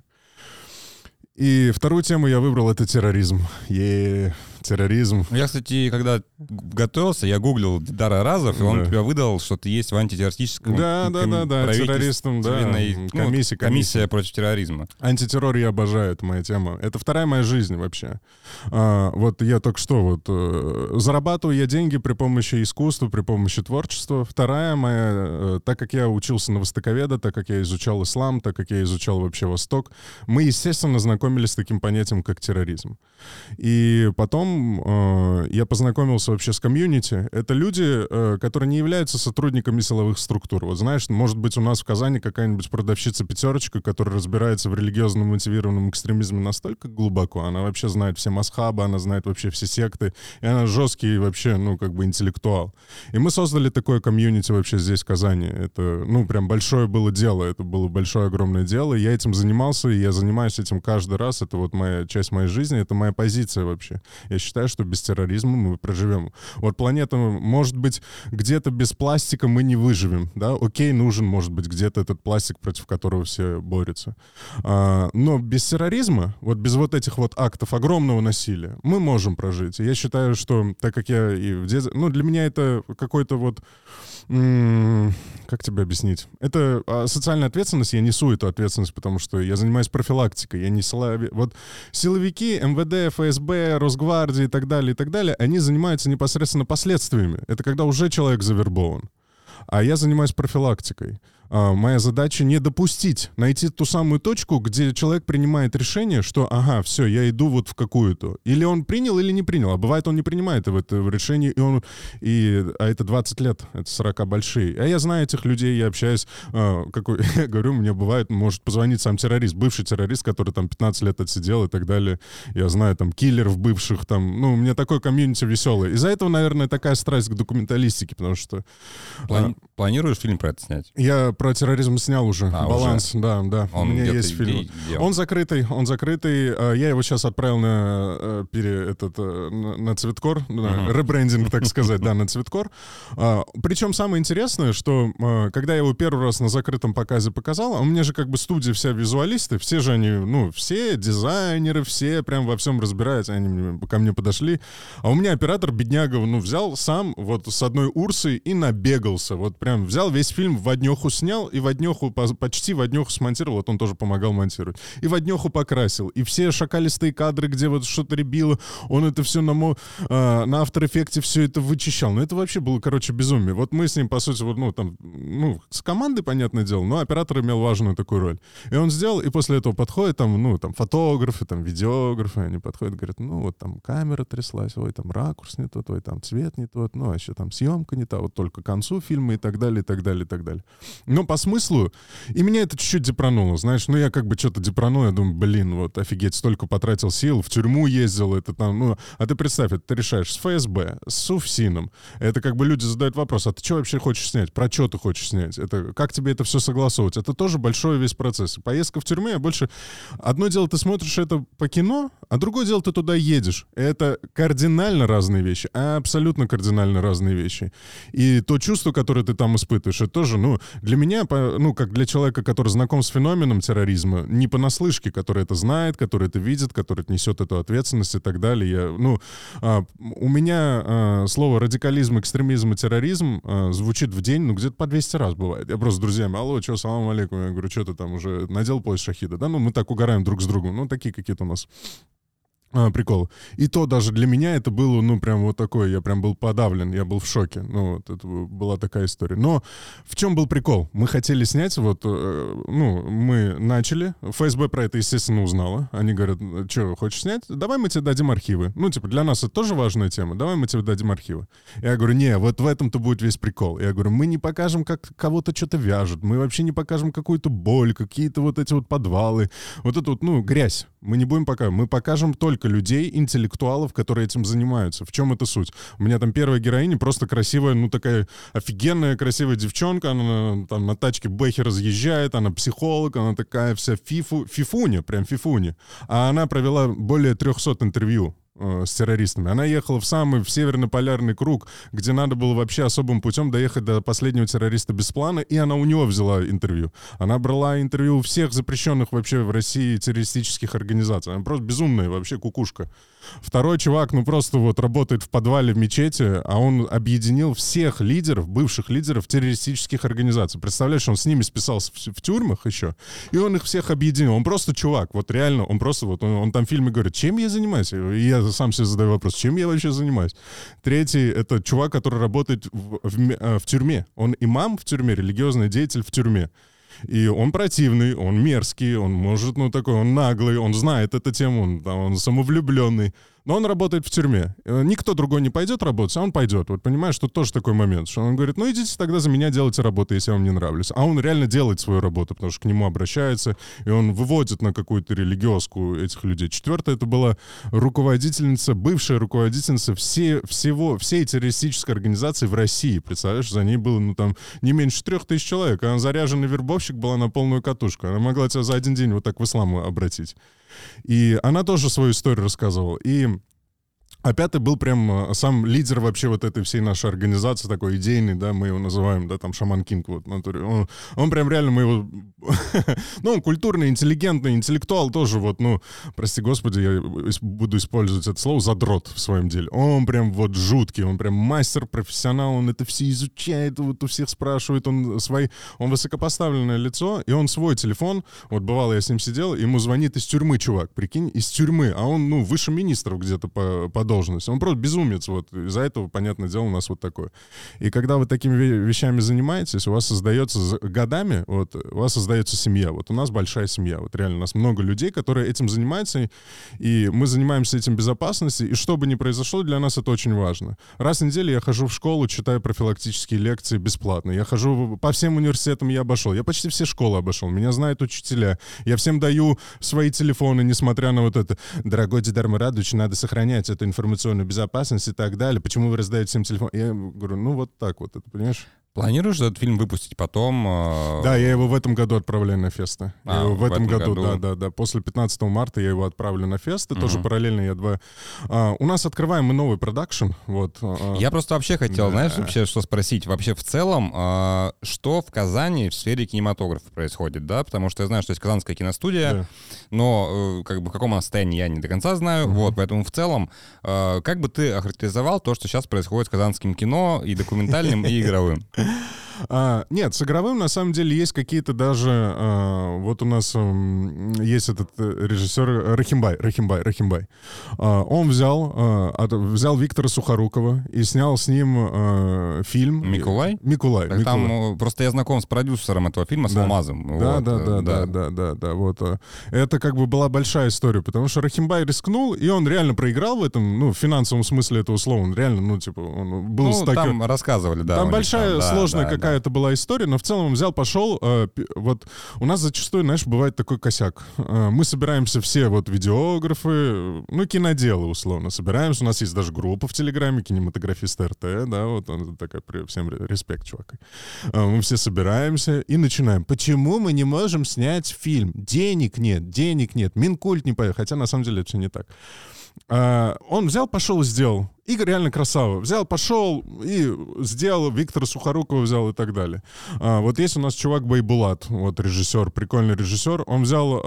И вторую тему я выбрал — это терроризм. Терроризм. Я, кстати, когда готовился, я гуглил Дара Разов, и он тебя выдал, что ты есть в антитеррористическом террористам, комиссия против терроризма. Антитеррор я обожаю, это моя тема. Это вторая моя жизнь вообще. Вот я только что зарабатываю я деньги при помощи искусства, при помощи творчества. Вторая моя, так как я учился на востоковеда, так как я изучал ислам, так как я изучал вообще Восток, мы, естественно, знакомились с таким понятием, как терроризм. И потом я познакомился вообще с комьюнити. Это люди, которые не являются сотрудниками силовых структур. Вот знаешь, может быть, у нас в Казани какая-нибудь продавщица-пятерочка, которая разбирается в религиозно мотивированном экстремизме настолько глубоко, она вообще знает все масхабы, она знает вообще все секты, и она жесткий вообще, интеллектуал. И мы создали такое комьюнити вообще здесь, в Казани. Это, прям большое было дело, это было большое, огромное дело. Я этим занимался, и я занимаюсь этим каждый раз. Это вот часть моей жизни, это моя позиция вообще. Я считаю, что без терроризма мы проживем. Вот планета, может быть, где-то без пластика мы не выживем, да? Окей, нужен, может быть, где-то этот пластик, против которого все борются. Но без терроризма, вот без вот этих вот актов огромного насилия, мы можем прожить. И я считаю, что, так как я и в детстве... для меня это какой-то вот... как тебе объяснить? Это социальная ответственность, я несу эту ответственность, потому что я занимаюсь профилактикой, я не вот силовики, МВД, ФСБ, Росгвардия и так далее, они занимаются непосредственно последствиями. Это когда уже человек завербован. А я занимаюсь профилактикой. Моя задача не допустить, найти ту самую точку, где человек принимает решение, что, ага, все, я иду вот в какую-то. Или он принял, или не принял. А бывает, он не принимает это решение, а это 20 лет, это 40 большие. А я знаю этих людей, я общаюсь, я говорю, мне бывает, может позвонить сам террорист, бывший террорист, который там 15 лет отсидел и так далее. Я знаю там киллеров бывших, там, у меня такой комьюнити веселый. Из-за этого, наверное, такая страсть к документалистике, потому что... Планируешь фильм про это снять? Я про терроризм снял уже. Баланс, уже? Да. У меня есть фильм. Он закрытый. Я его сейчас отправил на Цветкор, ребрендинг, так сказать, на Цветкор. Причем самое интересное, что когда я его первый раз на закрытом показе показал, у меня же как бы студия вся визуалисты, все же они, все дизайнеры, все прям во всем разбираются, они ко мне подошли. А у меня оператор, бедняга, взял сам вот с одной Урсой и набегался. Вот прям взял весь фильм в однеху снял, и в однеху, почти в однеху смонтировал, вот он тоже помогал монтировать. И в однеху покрасил. И все шакалистые кадры, где вот что-то рябило, он это все на After Effects все это вычищал. Ну, это вообще было, безумие. Вот мы с ним, по сути, с командой, понятное дело, но оператор имел важную такую роль. И он сделал, и после этого подходит там фотографы, там, видеографы, они подходят, говорят, там камера тряслась, ой, там ракурс не тот, ой, там цвет не тот, а еще там съемка не та, вот только к концу фильма и так далее, и так далее, и так далее. Но по смыслу, и меня это чуть-чуть депрануло, знаешь, я как бы что-то депранул, я думаю, вот офигеть, столько потратил сил, в тюрьму ездил, это там, а ты представь, это ты решаешь с ФСБ, с УФСИНом, это как бы люди задают вопрос, а ты что вообще хочешь снять, про что ты хочешь снять, это, как тебе это все согласовывать, это тоже большой весь процесс. Поездка в тюрьму, я больше, одно дело ты смотришь это по кино, а другое дело ты туда едешь, это кардинально разные вещи, абсолютно кардинально разные вещи, и то чувство, которое ты там испытываешь, это тоже, для меня, как для человека, который знаком с феноменом терроризма, не понаслышке, который это знает, который это видит, который несет эту ответственность и так далее. У меня слово радикализм, экстремизм и терроризм звучит в день, где-то по 200 раз бывает. Я просто с друзьями, алло, что, салам алейкум, я говорю, что ты там уже надел пояс шахида, да? Мы так угораем друг с другом, такие какие-то у нас прикол. И то даже для меня это было, прям вот такое, я прям был подавлен, я был в шоке. Это была такая история. Но в чем был прикол? Мы хотели снять, мы начали, ФСБ про это, естественно, узнала. Они говорят, что, хочешь снять? Давай мы тебе дадим архивы. Для нас это тоже важная тема, давай мы тебе дадим архивы. Я говорю, не, вот в этом-то будет весь прикол. Я говорю, мы не покажем, как кого-то что-то вяжут, мы вообще не покажем какую-то боль, какие-то вот эти вот подвалы, вот эту грязь. Мы не будем показывать, мы покажем только людей, интеллектуалов, которые этим занимаются. В чем это суть? У меня там первая героиня просто красивая, такая офигенная красивая девчонка, она там на тачке Бэхи разъезжает, она психолог, она такая вся фифуня, прям фифуня. А она провела более 300 интервью. с террористами. Она ехала в Северный полярный круг, где надо было вообще особым путем доехать до последнего террориста без плана, и она у него взяла интервью. Она брала интервью у всех запрещенных вообще в России террористических организаций. Она просто безумная вообще кукушка. Второй чувак, просто вот работает в подвале в мечети, а он объединил всех лидеров, бывших лидеров террористических организаций. Представляешь, он с ними списался в тюрьмах еще, и он их всех объединил. Он просто чувак, вот реально, он просто вот, он там в фильме говорит, чем я занимаюсь? И я сам себе задаю вопрос, чем я вообще занимаюсь? Третий — это чувак, который работает в тюрьме. Он имам в тюрьме, религиозный деятель в тюрьме. И он противный, он мерзкий, он может, он наглый, он знает эту тему, он самовлюбленный. Но он работает в тюрьме. Никто другой не пойдет работать, а он пойдет. Вот понимаешь, тут тоже такой момент, что он говорит, идите тогда за меня делайте работу, если я вам не нравлюсь. А он реально делает свою работу, потому что к нему обращаются, и он выводит на какую-то религиозку этих людей. Четвертое, это была руководительница, бывшая руководительница всей террористической организации в России. Представляешь, за ней было, не меньше 3000 человек. Она заряженный вербовщик была на полную катушку. Она могла тебя за один день вот так в ислам обратить. И она тоже свою историю рассказывала. И а пятый был прям сам лидер вообще вот этой всей нашей организации, такой идейный, да, мы его называем, да, там, Шаман Кинг, вот, он прям реально, мы его, он культурный, интеллигентный, интеллектуал тоже, вот, прости господи, я буду использовать это слово, задрот в своем деле. Он прям вот жуткий, он прям мастер, профессионал, он это все изучает, вот у всех спрашивает, он высокопоставленное лицо, и он свой телефон, вот бывало, я с ним сидел, ему звонит из тюрьмы чувак, прикинь, из тюрьмы, а он, выше министров где-то по должности. Он просто безумец, вот, из-за этого, понятное дело, у нас вот такое. И когда вы такими вещами занимаетесь, у вас создается годами, вот, у вас создается семья. Вот у нас большая семья, вот реально у нас много людей, которые этим занимаются, и мы занимаемся этим безопасности, и что бы ни произошло, для нас это очень важно. Раз в неделю я хожу в школу, читаю профилактические лекции бесплатно. Я хожу по всем университетам, я обошел. Я почти все школы обошел. Меня знают учителя. Я всем даю свои телефоны, несмотря на вот это. Дорогой Дидар Мурадович, надо сохранять эту информационную безопасность и так далее. Почему вы раздаете всем телефон? Я говорю, вот так вот, это, понимаешь? Планируешь этот фильм выпустить потом? Да, я его в этом году отправляю на фесты. В этом году. Да. После 15 марта я его отправлю на фесты. Тоже параллельно у нас открываем мы новый продакшн. Вот. Я просто вообще хотел, вообще что спросить. Вообще в целом, что в Казани в сфере кинематографа происходит, да? Потому что я знаю, что есть Казанская киностудия, но в каком она состоянии, я не до конца знаю. Вот, поэтому в целом, как бы ты охарактеризовал то, что сейчас происходит с казанским кино, и документальным, и игровым? Нет, с игровым на самом деле есть какие-то даже... вот у нас есть этот режиссер Рахимбай. Он взял Виктора Сухорукова и снял с ним фильм... Микулай? Микулай. Там просто я знаком с продюсером этого фильма, с Алмазом. Да. Вот. Это была большая история, потому что Рахимбай рискнул, и он реально проиграл в этом, в финансовом смысле этого слова. Он реально, он был... там рассказывали, да. Там большая, сложная какая-то была история, но в целом он взял, пошел. Вот у нас зачастую, бывает такой косяк. Мы собираемся все видеографы, киноделы, условно, собираемся. У нас есть даже группа в Телеграме, кинематографисты РТ, да, вот он такая, всем респект, чувак. Мы все собираемся и начинаем. Почему мы не можем снять фильм? Денег нет, Минкульт не поехал. Хотя, на самом деле, это все не так. Он взял, пошел и сделал. Игорь реально красава. Взял, пошел и сделал. Виктора Сухорукова взял и так далее. Вот есть у нас чувак Байбулат, вот режиссер, прикольный режиссер. Он взял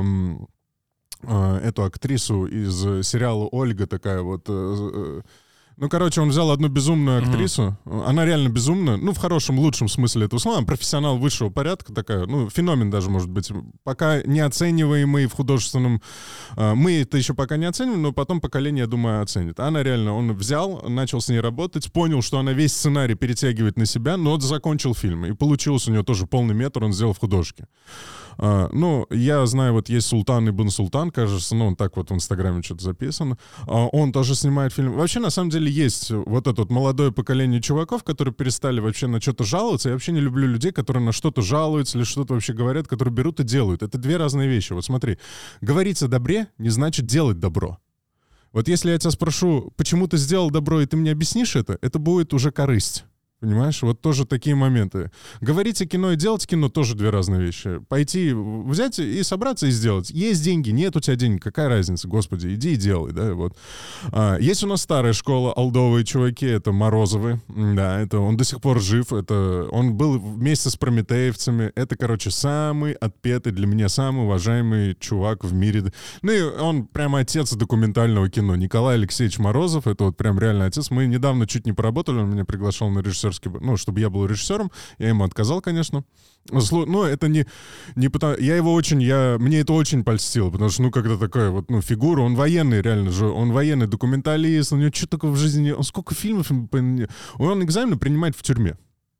эту актрису из сериала «Ольга», такая вот... он взял одну безумную актрису. Она реально безумная. В хорошем, лучшем смысле этого слова. Профессионал высшего порядка такая. Феномен даже, может быть. Пока неоцениваемый в художественном... Мы это еще пока не оцениваем, но потом поколение, я думаю, оценит. Она реально... Он взял, начал с ней работать, понял, что она весь сценарий перетягивает на себя, но закончил фильм. И получилось у него тоже полный метр, он сделал в художке. Я знаю, есть Султан Ибн Султан, кажется, он так в Инстаграме что-то записано. Он тоже снимает фильм. Вообще, на самом деле, есть вот это молодое поколение чуваков, которые перестали вообще на что-то жаловаться. Я вообще не люблю людей, которые на что-то жалуются или что-то вообще говорят, которые берут и делают. Это две разные вещи. Вот смотри, говорить о добре не значит делать добро. Вот если я тебя спрошу, почему ты сделал добро, и ты мне объяснишь это будет уже корысть. Понимаешь? Вот тоже такие моменты. Говорить о кино и делать кино тоже две разные вещи. Пойти, взять и собраться и сделать. Есть деньги, нет у тебя денег, какая разница? Господи, иди и делай, да, вот. Есть у нас старая школа, олдовые чуваки, это Морозовы, да, это он до сих пор жив, это он был вместе с прометеевцами, это, короче, самый отпетый, для меня самый уважаемый чувак в мире. Ну и он прямо отец документального кино. Николай Алексеевич Морозов, это вот прям реально отец. Мы недавно чуть не поработали, он меня приглашал на режиссерский, ну, чтобы я был режиссером, я ему отказал, конечно. Но это не потому... Мне это очень польстило, потому что, ну, когда такая вот, ну, фигура, он военный, реально же, он военный документалист, у него что такое в жизни... Он сколько фильмов... Он экзамены принимает в тюрьме.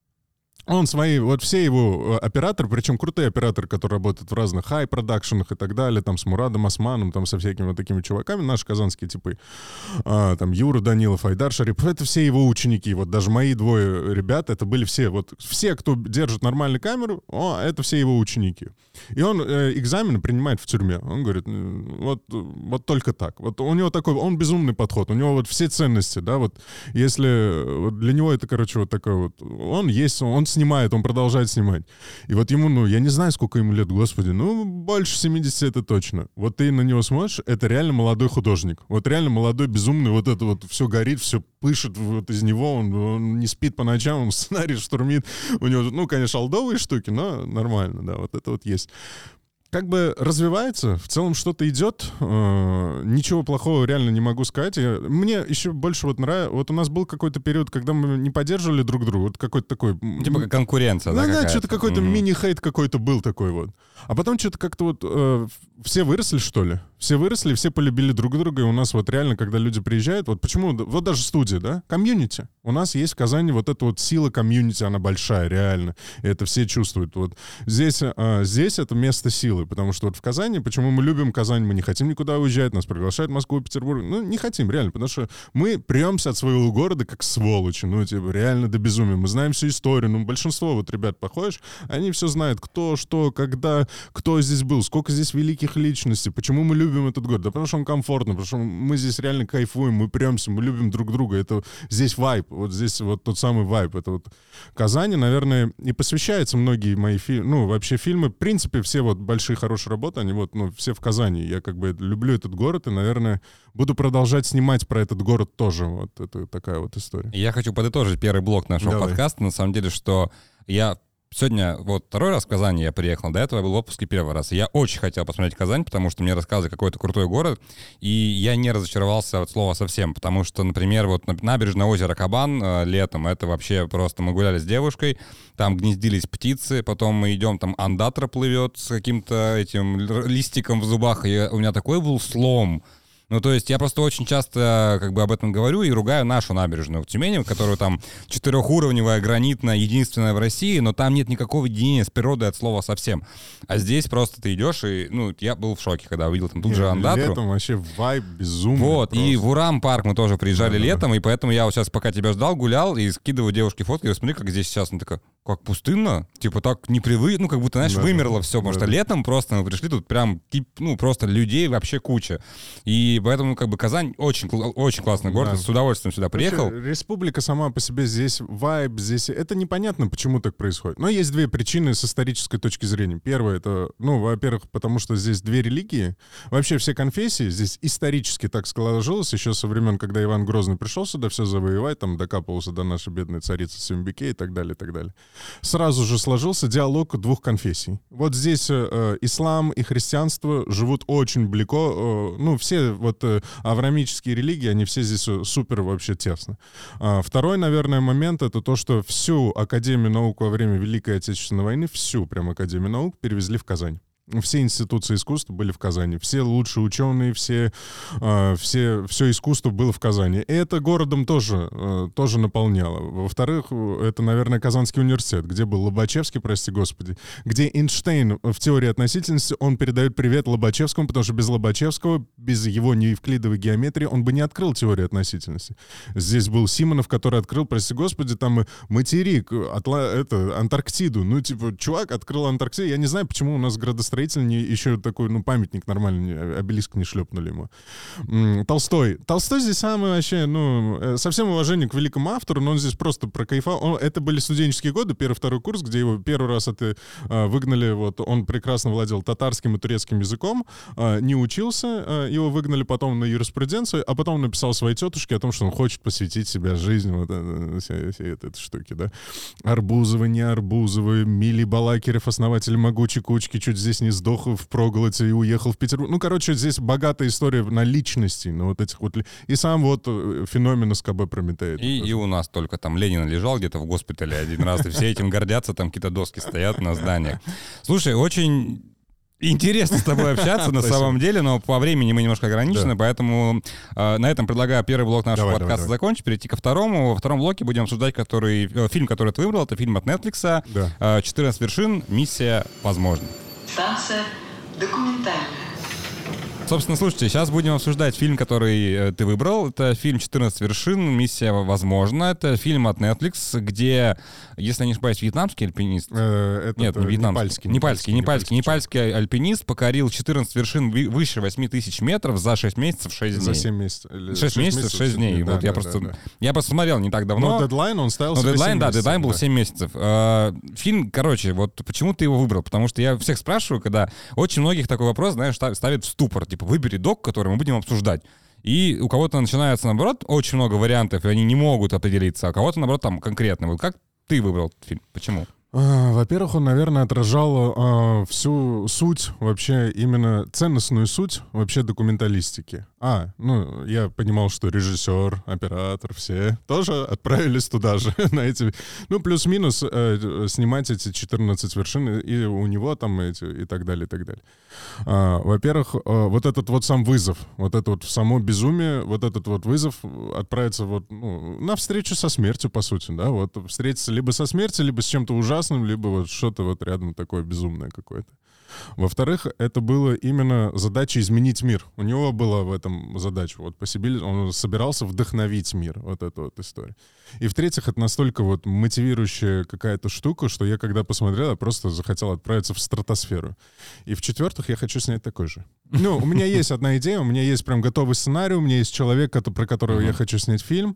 Он все его операторы, причем крутые операторы, которые работают в разных хай-продакшенах и так далее, там с Мурадом Османом, там со всякими вот такими чуваками, наши казанские типы, там Юра Данилов, Айдар Шарипов, это все его ученики, вот даже мои двое ребят, это были все, вот все, кто держит нормальную камеру, это все его ученики. И он экзамены принимает в тюрьме. Он говорит, вот только так. Вот у него такой, он безумный подход, у него вот все ценности, да, вот если вот для него это, короче, вот такой вот, он снимает, он продолжает снимать. И вот ему, я не знаю, сколько ему лет, господи, больше 70 это точно. Вот ты на него смотришь, это реально молодой художник. Вот реально молодой, безумный, вот это вот все горит, все пышет вот из него, он не спит по ночам, он сценарий штурмит. У него, конечно, олдовые штуки, но нормально, да, вот это вот есть. Как бы развивается, в целом что-то идет, ничего плохого реально не могу сказать. Мне еще больше вот нравится, вот у нас был какой-то период, когда мы не поддерживали друг друга, вот какой-то такой... Типа конкуренция, да, да, что-то какой-то мини-хейт какой-то был такой вот. А потом что-то как-то вот все выросли, что ли? Все выросли, все полюбили друг друга, и у нас вот реально, когда люди приезжают, вот почему, вот даже студия, да, комьюнити. У нас есть в Казани вот эта вот сила комьюнити, она большая, реально. И это все чувствуют. Вот здесь это место силы, потому что вот в Казани, почему мы любим Казань, мы не хотим никуда уезжать, нас приглашают в Москву, Петербург, не хотим, реально, потому что мы премся от своего города как сволочи, реально до безумия. Мы знаем всю историю, большинство вот ребят походишь, они все знают, кто, что, когда, кто здесь был, сколько здесь великих личностей, почему мы любим этот город, да потому что он комфортный, потому что мы здесь реально кайфуем, мы премся, мы любим друг друга, это здесь вайб, вот здесь вот тот самый вайб, это вот Казани, наверное, и посвящаются многие мои фильмы, вообще фильмы, в принципе, все вот большие хорошие работы, они вот, все в Казани, я как бы люблю этот город и, наверное, буду продолжать снимать про этот город тоже, вот это такая вот история. Я хочу подытожить первый блок нашего подкаста, на самом деле, что я сегодня вот второй раз в Казани я приехал, до этого я был в отпуске первый раз. И я очень хотел посмотреть Казань, потому что мне рассказывали, какой это крутой город, и я не разочаровался от слова совсем, потому что, например, вот набережное озеро Кабан летом, это вообще просто мы гуляли с девушкой, там гнездились птицы, потом мы идем, там андатра плывет с каким-то этим листиком в зубах, и у меня такой был слом. То есть я просто очень часто как бы об этом говорю и ругаю нашу набережную в Тюмени, которая там 4-уровневая, гранитная, единственная в России, но там нет никакого единения с природой от слова совсем. А здесь просто ты идешь, и, я был в шоке, когда увидел там тут же андатру. Летом вообще вайб безумный. Вот, просто. И в Урам-парк мы тоже приезжали летом, и поэтому я вот сейчас, пока тебя ждал, гулял, и скидываю девушке фотки, и смотри, как здесь сейчас, она такая, как пустынно, типа так не привык, как будто, знаешь, вымерло все, потому что летом просто мы пришли, тут прям, просто людей вообще куча. И поэтому, как бы, Казань очень, очень классный город, с удовольствием сюда приехал. Вообще, республика сама по себе здесь, вайб здесь, это непонятно, почему так происходит. Но есть две причины с исторической точки зрения. Первое, это, во-первых, потому что здесь две религии, вообще все конфессии здесь исторически так сложилось, еще со времен, когда Иван Грозный пришел сюда все завоевать, там докапывался до нашей бедной царицы Сюмбике и так далее, и так далее. Сразу же сложился диалог двух конфессий. Вот здесь ислам и христианство живут очень далеко, все вот авраамические религии, они все здесь супер вообще тесно. Второй, наверное, момент — это то, что всю Академию наук во время Великой Отечественной войны, всю прям Академию наук перевезли в Казань. Все институции искусств были в Казани. Все лучшие ученые, все искусство было в Казани. И это городом тоже наполняло. Во-вторых, это, наверное, Казанский университет, где был Лобачевский, прости господи, где Эйнштейн в теории относительности, он передает привет Лобачевскому, потому что без Лобачевского, без его неевклидовой геометрии, он бы не открыл теорию относительности. Здесь был Симонов, который открыл, прости господи, там материк, Антарктиду. Чувак открыл Антарктиду. Я не знаю, почему у нас градостроение строители еще такой, памятник нормальный, обелиск не шлепнули ему. Толстой. Толстой здесь самый вообще, со всем уважением к великому автору, но он здесь просто прокайфовал. Это были студенческие годы, первый-второй курс, где его первый раз выгнали, он прекрасно владел татарским и турецким языком, не учился, его выгнали потом на юриспруденцию, а потом написал своей тетушке о том, что он хочет посвятить себя жизни, всей этой штуки, да. Арбузовы, не Арбузовы, Мили Балакирев, основатель «Могучей кучки», чуть здесь не сдох в проголоде и уехал в Петербург. Здесь богатая история на личности, этих и сам феномен СКБ Прометея. И у нас только там Ленин лежал где-то в госпитале один раз, и все этим гордятся, там какие-то доски стоят на зданиях. Слушай, очень интересно с тобой общаться на самом деле, но по времени мы немножко ограничены, поэтому на этом предлагаю первый блок нашего подкаста закончить, перейти ко второму. Во втором блоке будем обсуждать фильм, который ты выбрал. Это фильм от Netflix. 14 вершин. Миссия возможна. Станция документальная. Собственно, слушайте, сейчас будем обсуждать фильм, который ты выбрал. Это фильм «14 вершин. Миссия возможна». Это фильм от Netflix, где, если я не ошибаюсь, вьетнамский альпинист... Нет, не вьетнамский. Непальский альпинист покорил 14 вершин выше 8000 метров за 6 месяцев, 6 дней. За 7 месяцев. 6 месяцев, 6 дней. Я просто смотрел не так давно. Но дедлайн он ставил себе 7 месяцев. Дедлайн был 7 месяцев. Фильм, почему ты его выбрал? Потому что я всех спрашиваю, когда очень многих такой вопрос, знаешь, ставит в ступор. Типа, выбери док, который мы будем обсуждать. И у кого-то начинается, наоборот, очень много вариантов, и они не могут определиться, а у кого-то, наоборот, там конкретно. Вот как ты выбрал этот фильм? Почему? Во-первых, он, наверное, отражал всю суть, вообще именно ценностную суть вообще документалистики. Я понимал, что режиссер, оператор, все тоже отправились туда же, на эти... плюс-минус снимать эти 14 вершин, и у него там эти, и так далее, и так далее. Во-первых, вот этот вот сам вызов, вот это вот само безумие, вот этот вот вызов отправиться на встречу со смертью, по сути, да, встретиться либо со смертью, либо с чем-то ужасным, либо что-то рядом такое безумное какое-то. Во-вторых, это было именно задача изменить мир. У него была в этом задача. По себе он собирался вдохновить мир. Вот эта вот история. И в-третьих, это настолько мотивирующая какая-то штука, что я, когда посмотрел, я просто захотел отправиться в стратосферу. И в-четвертых, я хочу снять такой же. У меня есть одна идея, у меня есть прям готовый сценарий, у меня есть человек, про которого я хочу снять фильм,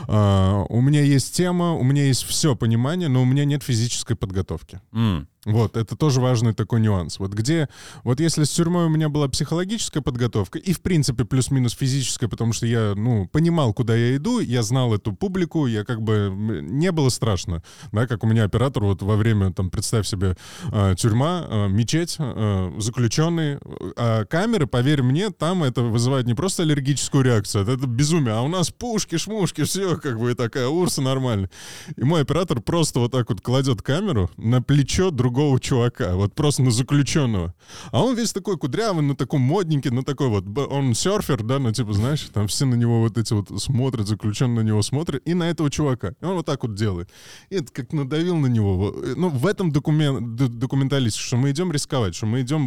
у меня есть тема, у меня есть все понимание, но у меня нет физической подготовки. Это тоже важный такой нюанс. Если с тюрьмой у меня была психологическая подготовка и, в принципе, плюс-минус физическая, потому что я, понимал, куда я иду, я знал эту публику, не было страшно, да, как у меня оператор во время, представь себе, тюрьма, мечеть, заключенный, а камеры, поверь мне, там это вызывает не просто аллергическую реакцию, это безумие, а у нас пушки, шмушки, все, и такая урса нормально. И мой оператор просто кладет камеру на плечо другого чувака, просто на заключенного. А он весь такой кудрявый, такой модненький, такой он серфер, да, знаешь, там все на него смотрят, заключенный на него смотрит, и на этого чувака. И он так делает. И это как надавил на него. В этом документалисте, что мы идем рисковать, что мы идем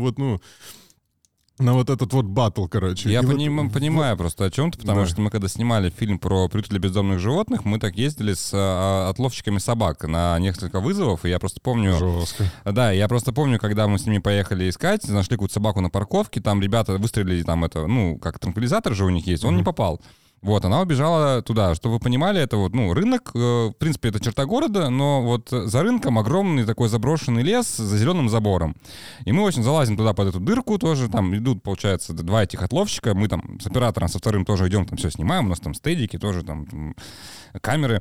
на этот батл, короче. Я понимаю просто о чем-то, потому что мы когда снимали фильм про приют для бездомных животных, мы так ездили с отловщиками собак на несколько вызовов, и я просто помню... Жестко. Да, я просто помню, когда мы с ними поехали искать, нашли какую-то собаку на парковке, там ребята выстрелили, как транквилизатор же у них есть, он не попал. Она убежала туда. Чтобы вы понимали, это рынок, в принципе, это черта города, но за рынком огромный такой заброшенный лес за зеленым забором. И мы, залазим туда под эту дырку тоже, там идут, получается, 2 этих отловщика, мы там с оператором, со вторым тоже идем, там все снимаем, у нас там стедики тоже, там камеры,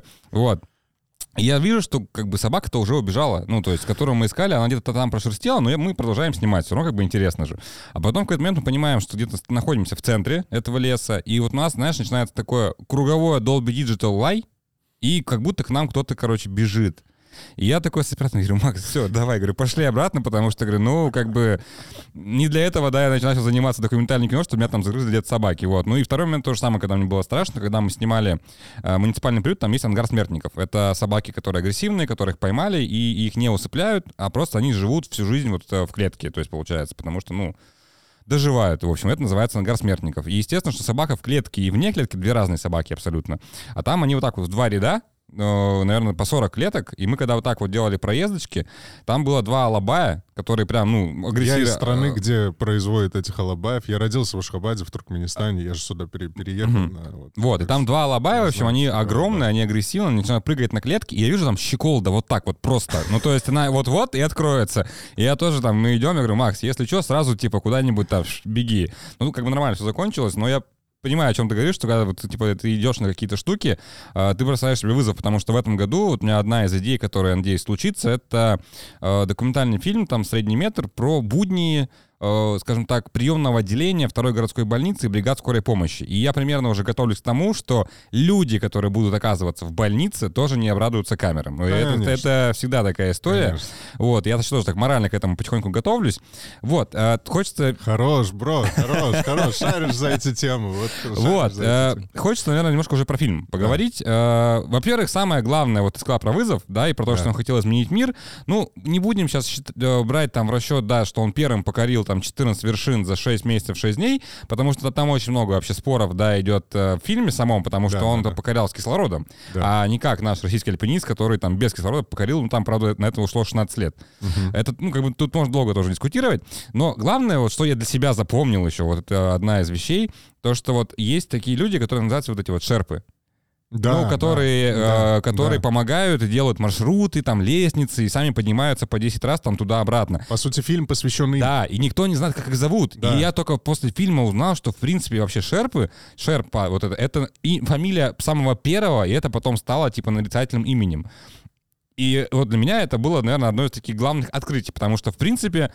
И я вижу, что собака-то уже убежала, которую мы искали, она где-то там прошерстела, но мы продолжаем снимать, все равно интересно же. А потом в какой-то момент мы понимаем, что где-то находимся в центре этого леса, и у нас, знаешь, начинается такое круговое Dolby Digital лай, и как будто к нам кто-то, бежит. И я такой с оператором говорю: Макс, все, давай, пошли обратно, потому что, не для этого, да, я начал заниматься документальным кино, что меня там загрызли где-то собаки, Ну и второй момент то же самое, когда мне было страшно, когда мы снимали муниципальный приют, там есть ангар смертников. Это собаки, которые агрессивные, которых поймали, и их не усыпляют, а просто они живут всю жизнь в клетке, то есть получается, потому что, доживают. В общем, это называется ангар смертников. И естественно, что собака в клетке и вне клетки — 2 разные собаки абсолютно. А там они в 2 ряда, наверное, по 40 клеток, и мы когда вот так вот делали проездочки, там было 2 алабая, которые прям, агрессивно... Я из страны, где производят этих алабаев. Я родился в Ашхабаде, в Туркменистане, я же сюда переехал. Вот, и там 2 алабая, в общем, они огромные, они агрессивные, они начинают прыгать на клетки, и я вижу там щеколда вот так вот просто. То есть она вот-вот и откроется. И я тоже там, мы идем, я говорю, Макс, если что, сразу типа куда-нибудь там беги. Как бы нормально все закончилось, но я понимаю, о чем ты говоришь, что когда вот, типа, ты идешь на какие-то штуки, ты бросаешь себе вызов, потому что в этом году вот у меня одна из идей, которая, я надеюсь, случится, это документальный фильм, там, «Средний метр», про будни, скажем так, приемного отделения 2-й городской больницы и бригад скорой помощи. И я примерно уже готовлюсь к тому, что люди, которые будут оказываться в больнице, тоже не обрадуются камерам. Это всегда такая история. Конечно. Вот, я тоже так морально к этому потихоньку готовлюсь. Вот, хочется... Хорош, бро, хорош, шаришь за эти темы. Вот, хочется, наверное, немножко уже про фильм поговорить. Во-первых, самое главное, вот ты сказал про вызов, да, и про то, что он хотел изменить мир. Не будем сейчас брать там в расчет, да, что он первым покорил там 14 вершин за 6 месяцев, 6 дней, потому что там очень много вообще споров, да, идет в фильме самом, потому что он покорял с кислородом, а не как наш российский альпинист, который там без кислорода покорил, там, правда, на это ушло 16 лет. Это, как бы тут можно долго тоже дискутировать, но главное, вот что я для себя запомнил еще, вот это одна из вещей, то, что вот есть такие люди, которые называются вот эти вот шерпы. Которые помогают и делают маршруты, там, лестницы, и сами поднимаются по 10 раз там туда-обратно. По сути, фильм посвященный... Да, и никто не знает, как их зовут. Да. И я только после фильма узнал, что, в принципе, вообще Шерпа, вот это и фамилия самого первого, и это потом стало, типа, нарицательным именем. И вот для меня это было, наверное, одно из таких главных открытий, потому что, в принципе...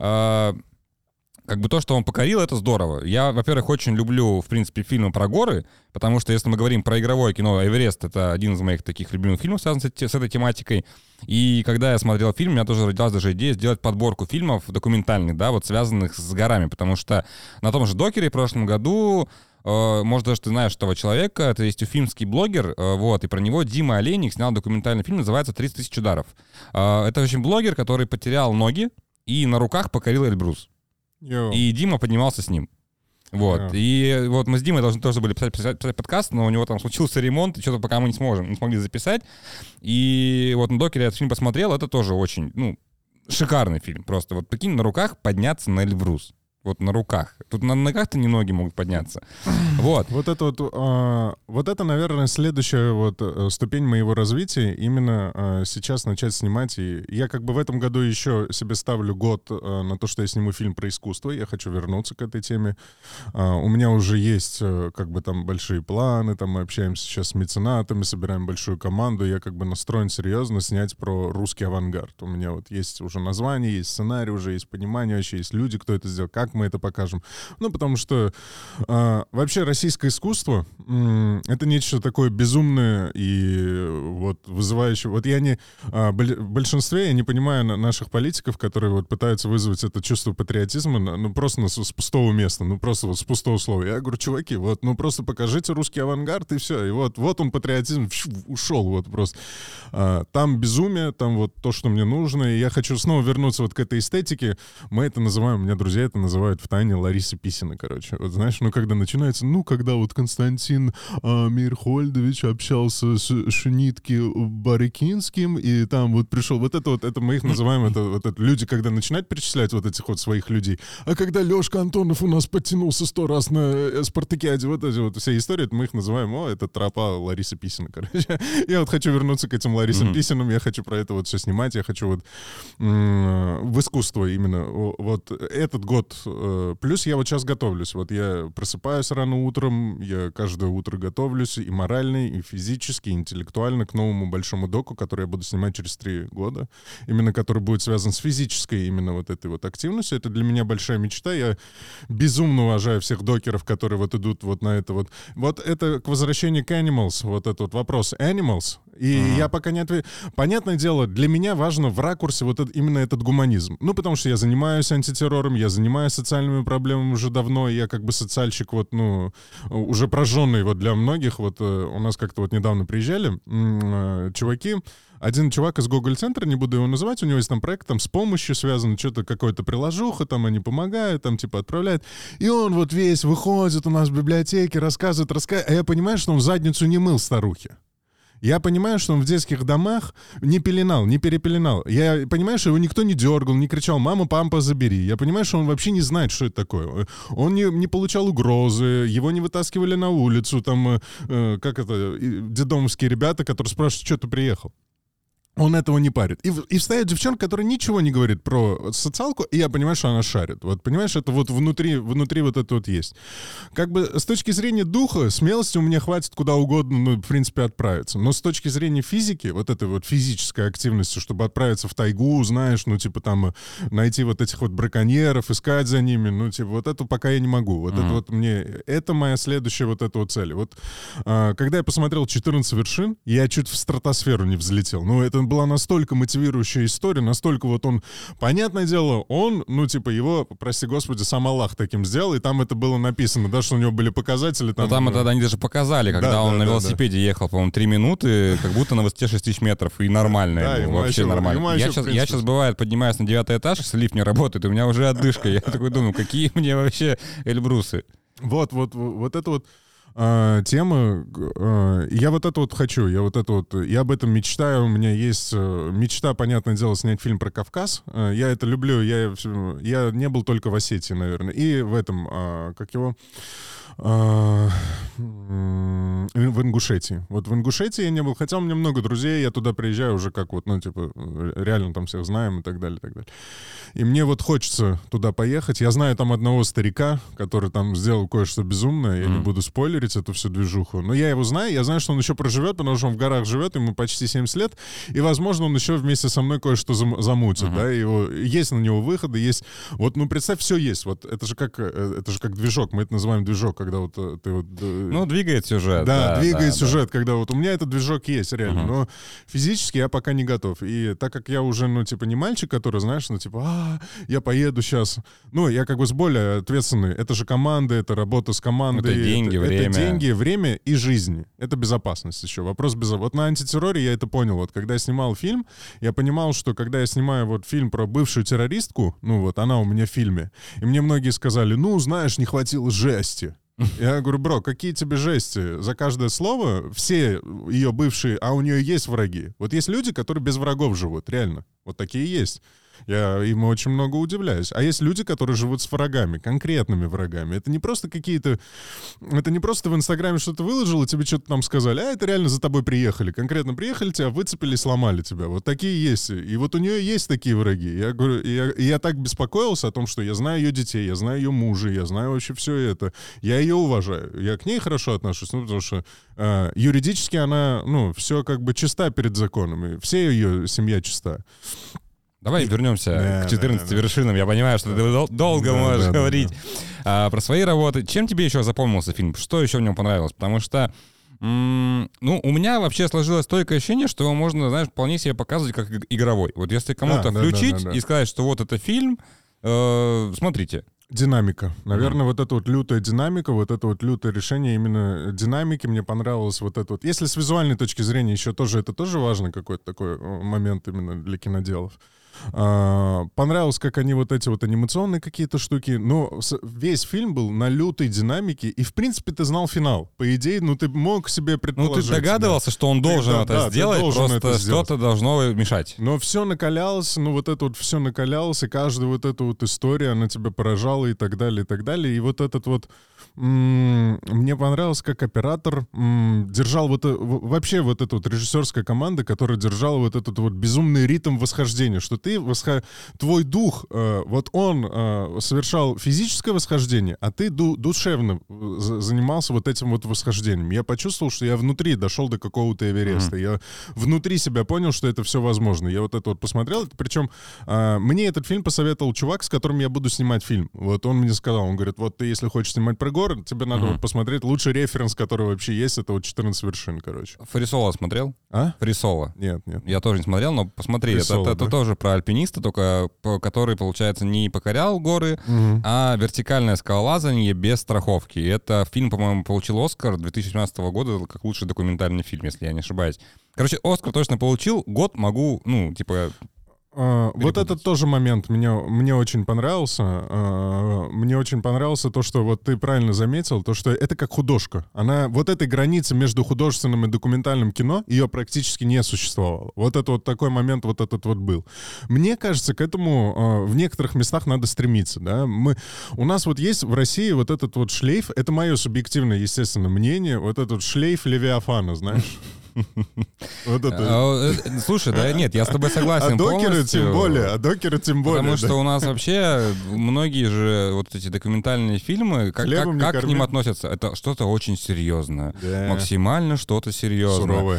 Как бы то, что он покорил, это здорово. Я, во-первых, очень люблю, в принципе, фильмы про горы, потому что, если мы говорим про игровое кино, «Эверест» — это один из моих таких любимых фильмов, связанных с этой тематикой. И когда я смотрел фильм, у меня тоже родилась даже идея сделать подборку фильмов документальных, да, вот связанных с горами, потому что на том же «Докере» в прошлом году, может, даже ты знаешь этого человека, это есть уфимский блогер, вот, и про него Дима Олейник снял документальный фильм, называется «30 тысяч ударов». Это, в общем, блогер, который потерял ноги и на руках покорил Эльбрус. И Дима поднимался с ним. Вот. И вот мы с Димой должны тоже были писать подкаст, но у него там случился ремонт, и что-то пока мы не смогли записать. И вот на Докере я этот фильм посмотрел, это тоже очень, шикарный фильм. Просто вот прикинь, на руках подняться на Эльбрус. Вот на руках. Тут на ногах-то не ноги могут подняться. Вот. Вот это, наверное, следующая вот ступень моего развития. Именно сейчас начать снимать. И я как бы в этом году еще себе ставлю год на то, что я сниму фильм про искусство. Я хочу вернуться к этой теме. У меня уже есть как бы там большие планы. Там мы общаемся сейчас с меценатами, собираем большую команду. Я как бы настроен серьезно снять про русский авангард. У меня вот есть уже название, есть сценарий, уже есть понимание, вообще есть люди, кто это сделал, как мы это покажем. Потому что вообще российское искусство это нечто такое безумное и вот вызывающее. Вот я не... В большинстве я не понимаю наших политиков, которые вот пытаются вызвать это чувство патриотизма, просто с пустого места, просто вот с пустого слова. Я говорю, чуваки, вот, просто покажите русский авангард, и все. И вот он патриотизм ушел вот просто. Там безумие, там вот то, что мне нужно, и я хочу снова вернуться вот к этой эстетике. Мы это называем, у меня друзья это называют в тайне Ларисы Писиной, короче. Вот знаешь, когда начинается, когда вот Константин Мирхольдович общался с Шнитки Барыкинским, и там вот пришел, это мы их называем, это люди, когда начинают перечислять вот этих вот своих людей, а когда Лешка Антонов у нас подтянулся 100 раз на Спартакиаде, вот эти вот все истории, это мы их называем, это тропа Ларисы Писиной, короче. Я вот хочу вернуться к этим Ларисам Писиным, я хочу про это вот все снимать, я хочу вот в искусство именно, вот этот год. Плюс я вот сейчас готовлюсь. Вот я просыпаюсь рано утром, я каждое утро готовлюсь и морально, и физически, и интеллектуально к новому большому доку, который я буду снимать через 3 года. Именно который будет связан с физической именно вот этой вот активностью. Это для меня большая мечта. Я безумно уважаю всех докеров, которые вот идут вот на это вот. Вот это к возвращению к Animals, вот этот вот вопрос. Animals. И я пока не отвечу. Понятное дело, для меня важно в ракурсе вот именно этот гуманизм. Потому что я занимаюсь антитеррором, я занимаюсь социальными проблемами уже давно, я как бы социальщик вот, уже прожженный вот для многих. Вот у нас как-то вот недавно приезжали чуваки. Один чувак из Гоголь-центра, не буду его называть, у него есть там проект, там с помощью связан, что-то какое-то приложуха, там они помогают, там типа отправляют. И он вот весь выходит у нас в библиотеке, рассказывает, а я понимаю, что он задницу не мыл старухе. Я понимаю, что он в детских домах не пеленал, не перепеленал. Я понимаю, что его никто не дергал, не кричал «мама, папа, забери». Я понимаю, что он вообще не знает, что это такое. Он не получал угрозы, его не вытаскивали на улицу, там, детдомовские ребята, которые спрашивают, что ты приехал. Он этого не парит. И встает девчонка, которая ничего не говорит про социалку, и я понимаю, что она шарит. Вот, понимаешь, это вот внутри вот это вот есть. Как бы с точки зрения духа, смелости у меня хватит куда угодно, ну, в принципе, отправиться. Но с точки зрения физики, вот этой вот физической активности, чтобы отправиться в тайгу, знаешь, ну, типа там найти вот этих вот браконьеров, искать за ними, ну, типа вот это пока я не могу. Вот это вот мне, это моя следующая вот эта вот цель. Вот когда я посмотрел «14 вершин», я чуть в стратосферу не взлетел. Ну, это была настолько мотивирующая история, настолько вот он, понятное дело, он, ну, типа, его, прости господи, сам Аллах таким сделал, и там это было написано, да, что у него были показатели. Там, но там это они даже показали, когда он на велосипеде ехал, по-моему, 3 минуты, как будто на высоте 6000 метров, и нормально, вообще нормально. Я сейчас, бывает, поднимаюсь на 9-й этаж, если лифт не работает, у меня уже отдышка, я такой думаю, какие мне вообще Эльбрусы. Вот это вот тема, я вот это вот хочу, я об этом мечтаю, у меня есть мечта, понятное дело, снять фильм про Кавказ, я это люблю, я не был только в Осетии, наверное, и в этом, в Ингушетии. Вот в Ингушетии я не был, хотя у меня много друзей, я туда приезжаю уже как вот, ну, типа, реально там всех знаем и так далее, и так далее. И мне вот хочется туда поехать. Я знаю там одного старика, который там сделал кое-что безумное, я не буду спойлерить эту всю движуху, но я его знаю, я знаю, что он еще проживет, потому что он в горах живет, ему почти 70 лет, и, возможно, он еще вместе со мной кое-что замутит, да, есть на него выходы, есть, вот, ну, представь, все есть, вот, это же как движок, мы это называем движок, когда вот ты вот... Ну, двигает сюжет. Да, двигает сюжет, когда вот у меня этот движок есть, реально, но физически я пока не готов. И так как я уже, ну, типа, не мальчик, который, знаешь, ну, типа, я поеду сейчас. Ну, я как бы с более ответственный. Это же команда, это работа с командой. Это деньги, время. Это деньги, время и жизни. Это безопасность еще. Вопрос безопасности. Вот на «Антитерроре» я это понял. Вот когда я снимал фильм, я понимал, что когда я снимаю вот фильм про бывшую террористку, ну, вот она у меня в фильме, и мне многие сказали, ну, знаешь, не хватило жести. Я говорю, бро, какие тебе жести? За каждое слово все ее бывшие, а у нее есть враги. Вот есть люди, которые без врагов живут, реально. Вот такие есть. Я им очень много удивляюсь. А есть люди, которые живут с врагами, конкретными врагами. Это не просто какие-то... Это не просто в Инстаграме что-то выложил, и тебе что-то там сказали, а это реально за тобой приехали. Конкретно приехали, тебя выцепили, сломали тебя. Вот такие есть. И вот у нее есть такие враги. Я говорю, я так беспокоился о том, что я знаю ее детей, я знаю ее мужа, я знаю вообще все это. Я ее уважаю. Я к ней хорошо отношусь, ну, потому что юридически она, ну, все как бы чиста перед законами. Все ее семья чиста. Давай вернемся к 14 вершинам. Я понимаю, что ты долго можешь говорить про свои работы. Чем тебе еще запомнился фильм? Что еще в нем понравилось? Потому что, ну, у меня вообще сложилось стойкое ощущение, что его можно, знаешь, вполне себе показывать как игровой. Вот если кому-то включить и сказать, что вот это фильм, смотрите. Динамика. Наверное, вот эта вот лютая динамика, вот это вот лютое решение именно динамики. Мне понравилось вот это вот. Если с визуальной точки зрения еще тоже, это тоже важный какой-то такой момент именно для киноделов. Понравилось, как они вот эти вот анимационные какие-то штуки, но весь фильм был на лютой динамике, и в принципе ты знал финал. По идее, ну ты мог себе предположить. Ну ты догадывался, что он должен это сделать, просто что-то должно мешать. Но все накалялось, ну вот это вот все накалялось, и каждая вот эта вот история, она тебя поражала и так далее, и так далее. И вот этот вот... Мне понравилось, как оператор держал вот... Вообще вот эта вот режиссерская команда, которая держала вот этот вот безумный ритм восхождения, что твой дух, вот он совершал физическое восхождение, а ты душевно занимался вот этим вот восхождением. Я почувствовал, что я внутри дошел до какого-то Эвереста. Я внутри себя понял, что это все возможно. Я вот это вот посмотрел. Причем мне этот фильм посоветовал чувак, с которым я буду снимать фильм. Вот он мне сказал, он говорит, вот ты, если хочешь снимать про горы, тебе надо вот посмотреть лучший референс, который вообще есть, это вот 14 вершин, короче. Фри Соло смотрел? А? Фри Соло. Нет. Я тоже не смотрел, но посмотри, это тоже про альпиниста, только который, получается, не покорял горы, а вертикальное скалолазание без страховки. Это фильм, по-моему, получил Оскар 2017 года как лучший документальный фильм, если я не ошибаюсь. Короче, Оскар точно получил. Год могу, ну, типа... Вот этот тоже момент мне очень понравился. Мне очень понравился то, что вот ты правильно заметил, то, что это как художка. Она, вот этой границы между художественным и документальным кино, ее практически не существовало. Вот это вот такой момент вот этот вот был. Мне кажется, к этому в некоторых местах надо стремиться, да. У нас вот есть в России вот этот вот шлейф, это мое субъективное, естественно, мнение, вот этот шшлейф Левиафана, знаешь. Вот это. Слушай, да, нет, я с тобой согласен а докеры полностью. тем более. Потому что у нас вообще многие же вот эти документальные фильмы, как к ним относятся? Это что-то очень серьезное. Да. Максимально что-то серьезное. Суровое.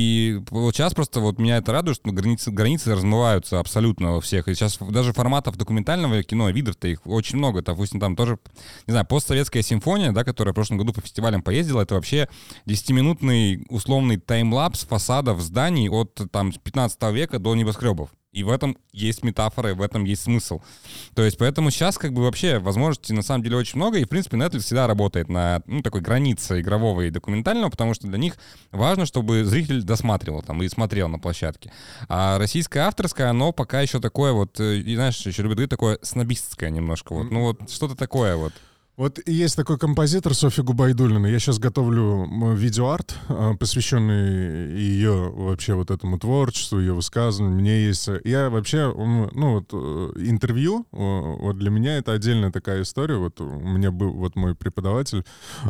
И вот сейчас просто вот меня это радует, что границы размываются абсолютно у всех. И сейчас даже форматов документального кино, видов-то их очень много. Допустим, там тоже, не знаю, постсоветская симфония, да, которая в прошлом году по фестивалям поездила, это вообще 10-минутный условный таймлапс фасадов зданий от там 15 века до небоскребов. И в этом есть метафоры, в этом есть смысл. То есть поэтому сейчас как бы вообще возможностей на самом деле очень много, и в принципе Netflix всегда работает на такой границе игрового и документального, потому что для них важно, чтобы зритель досматривал там и смотрел на площадке. А российское авторское, оно пока еще такое вот, и, знаешь, еще любят говорить, такое снобистское немножко. Вот. Ну вот что-то такое вот. Вот есть такой композитор Софья Губайдуллина. Я сейчас готовлю видеоарт, посвященный ее вообще вот этому творчеству, ее высказыванию. Мне есть... Я вообще... Ну вот интервью, вот для меня это отдельная такая история. Вот у меня был вот мой преподаватель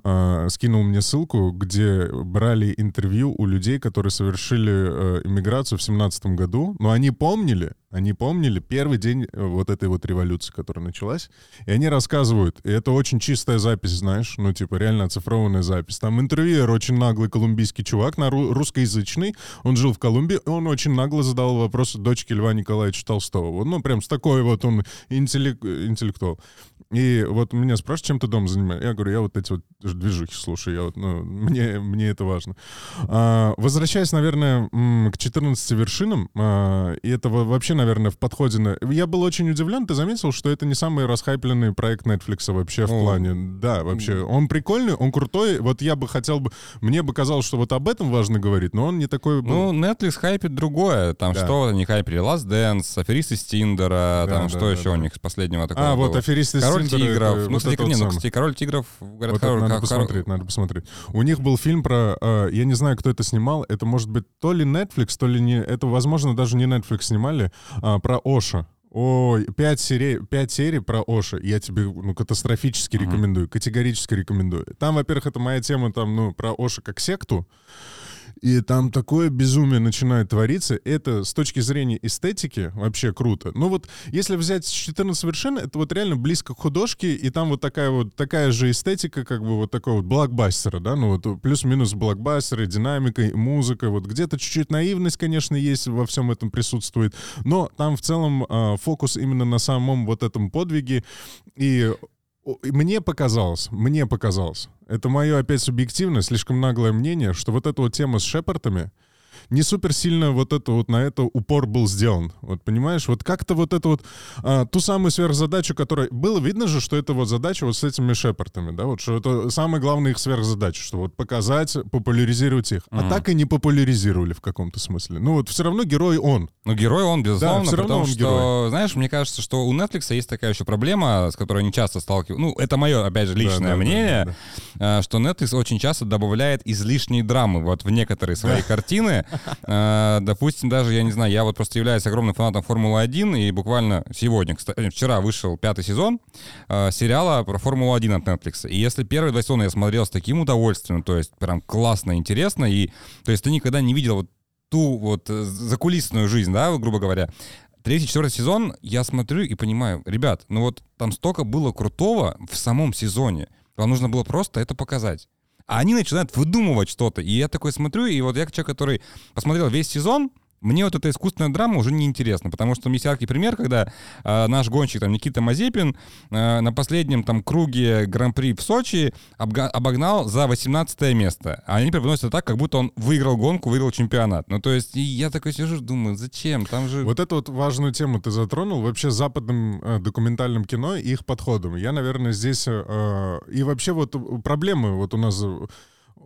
скинул мне ссылку, где брали интервью у людей, которые совершили иммиграцию в 17 году. Но они помнили первый день вот этой вот революции, которая началась. И они рассказывают, и это очень чистая запись, знаешь, ну, типа, реально оцифрованная запись. Там интервьюер очень наглый колумбийский чувак, русскоязычный, он жил в Колумбии, и он очень нагло задал вопрос дочке Льва Николаевича Толстого. Ну, прям с такой вот он интеллектуал. И вот меня спрашивают, чем ты дома занимаешься? Я говорю, я вот эти вот движухи слушаю, я вот, мне это важно. Возвращаясь, наверное, к 14 вершинам, и это вообще, наверное, в подходе... Я был очень удивлен, ты заметил, что это не самый расхайпленный проект Netflix вообще в плане... Да, вообще. Он прикольный, он крутой, вот я бы хотел бы... Мне бы казалось, что вот об этом важно говорить, но он не такой... Ну, Netflix хайпит другое, там что они хайпили? Last Dance, Аферисты с Тиндера, там что еще у них с последнего такого было? Вот Аферисты с Тиндера. Король тигров. Ну, кстати, Король тигров... Говорят, надо посмотреть. У них был фильм про... Я не знаю, кто это снимал. Это может быть то ли Netflix, то ли не... Это, возможно, даже не Netflix снимали. Про Оша. Ой, 5 серий про Оша. Я тебе катастрофически рекомендую. Категорически рекомендую. Там, во-первых, это моя тема там, про Оша как секту. И там такое безумие начинает твориться. Это с точки зрения эстетики вообще круто. Но вот если взять 14 вершин, это вот реально близко к художке, и там вот такая же эстетика, как бы вот такого вот блокбастера, да, ну вот плюс-минус блокбастера, динамика, музыка, вот где-то чуть-чуть наивность, конечно, есть, во всем этом присутствует, но там в целом фокус именно на самом вот этом подвиге, и мне показалось, это мое опять субъективное, слишком наглое мнение, что вот эта вот тема с Шепардами, не супер сильно вот это вот на это упор был сделан. Вот понимаешь, вот как-то вот эту вот ту самую сверхзадачу, которая... Было видно же, что это вот задача вот с этими Шепардами, да, вот что это самая главная их сверхзадача, что вот показать, популяризировать их. А так и не популяризировали в каком-то смысле. Ну вот все равно герой он. Ну герой он, безусловно, да, все равно потому он что, герой. Знаешь, мне кажется, что у Netflix есть такая еще проблема, с которой они часто сталкиваются. Ну, это мое, опять же, личное мнение, что Netflix очень часто добавляет излишней драмы вот в некоторые свои картины. Допустим, даже, я не знаю, я вот просто являюсь огромным фанатом Формулы-1, и буквально сегодня, кстати, вчера вышел 5-й сезон сериала про Формулу-1 от Netflix. И если первые 2 сезона я смотрел с таким удовольствием, то есть прям классно, интересно, и то есть ты никогда не видел вот ту вот закулисную жизнь, да, грубо говоря. 3-й, 4-й сезон я смотрю и понимаю, ребят, ну вот там столько было крутого в самом сезоне, вам нужно было просто это показать. А они начинают выдумывать что-то. И я такой смотрю, и вот я человек, который посмотрел весь сезон, мне вот эта искусственная драма уже не интересна, потому что есть яркий пример, когда наш гонщик там, Никита Мазепин на последнем там круге Гран-при в Сочи обогнал за 18 место. А они преподносят так, как будто он выиграл гонку, выиграл чемпионат. Ну, то есть, и я такой сижу, думаю, зачем? Там же... Вот эту вот важную тему ты затронул, вообще с западным документальным кино и их подходом. Я, наверное, здесь... И вообще вот проблемы вот у нас...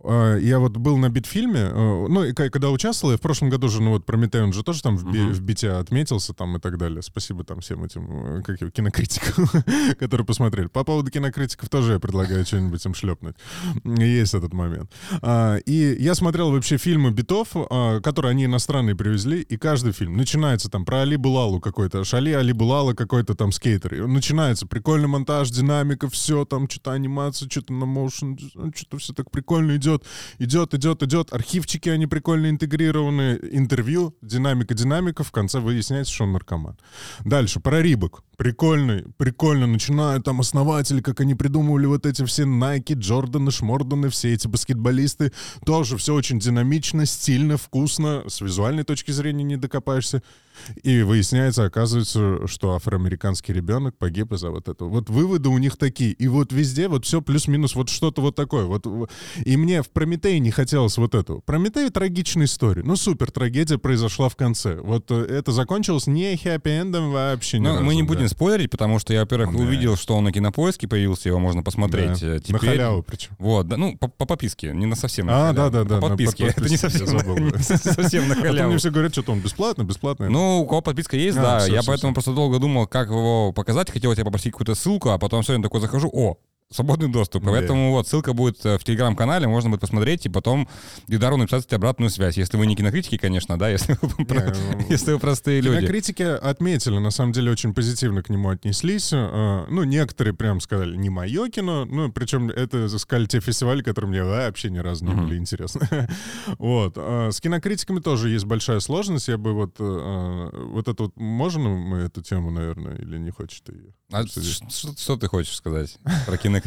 я вот был на Битфильме, ну, и когда участвовал, я в прошлом году же, ну, вот Прометей, он же тоже там в Бите отметился там и так далее. Спасибо там всем этим кинокритикам, которые посмотрели. По поводу кинокритиков тоже я предлагаю что-нибудь им шлепнуть. Есть этот момент. И я смотрел вообще фильмы Битов, которые они иностранные привезли, и каждый фильм начинается там про Али Булалу какой-то, Шали Али Булала какой-то там скейтер. И он начинается, прикольный монтаж, динамика, все там, что-то анимация, что-то на моушен, что-то все так прикольно идет. Архивчики, они прикольно интегрированы. Интервью, динамика. В конце выясняется, что он наркоман. Дальше, про Рибок. Прикольно начинают там основатели, как они придумывали вот эти все Найки, Джорданы, Шморданы, все эти баскетболисты. Тоже все очень динамично, стильно, вкусно. С визуальной точки зрения не докопаешься. И выясняется, оказывается, что афроамериканский ребенок погиб из-за вот этого. Вот выводы у них такие. И вот везде вот все плюс-минус вот что-то вот такое. Вот. И мне в «Прометее» не хотелось вот этого. «Прометей» — трагичная история. Ну, супер, трагедия произошла в конце. Вот это закончилось не хэппи-эндом вообще ни разу. Мы не будем спойлерить, потому что я, во-первых, увидел, что он на Кинопоиске появился, его можно посмотреть. Да. Теперь... На халяву причем. Вот, да, ну, по подписке, не на совсем на халяву. Да. По подписке. Это не совсем на халяву. А то мне все говорят, что он бесплатный. Ну, у кого подписка есть, да. Я поэтому просто долго думал, как его показать. Хотел тебя попросить какую-то ссылку, а потом сегодня такой захожу, свободный доступ. Поэтому вот ссылка будет в Телеграм-канале, можно будет посмотреть, и потом Ильдару написать обратную связь. Если вы не кинокритики, конечно, да, если вы простые люди. Кинокритики отметили, на самом деле, очень позитивно к нему отнеслись. Ну, некоторые прям сказали, не мое кино, ну, причем это сказали те фестивали, которые мне вообще ни разу не были интересны. Вот. С кинокритиками тоже есть большая сложность. Я бы вот это вот, можем мы эту тему, наверное, или не хочешь ты ее? Что ты хочешь сказать про кинокритиков?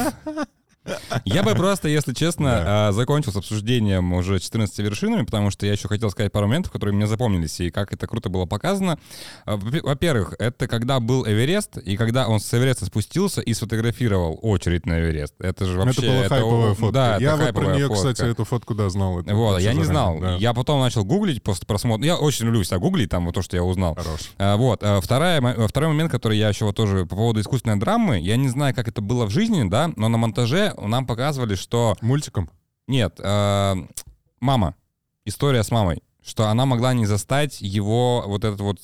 Я бы просто, если честно, закончил с обсуждением уже 14 вершинами, потому что я еще хотел сказать пару моментов, которые мне запомнились, и как это круто было показано. Во-первых, это когда был Эверест, и когда он с Эвереста спустился и сфотографировал очередь на Эверест. Это же вообще... Это была хайповая фотка. Да, я вот про нее, фотка. кстати, эту фотку, да, знал. Вот, я не знал. Да. Я потом начал гуглить после просмотра. Я очень люблю всегда гуглить, там, вот то, что я узнал. Хорош. Вот. Второй момент, который я еще вот тоже по поводу искусственной драмы, я не знаю, как это было в жизни, да, но на монтаже нам показывали, что... Мультиком? Нет, мама. История с мамой. Что она могла не застать его вот этот вот,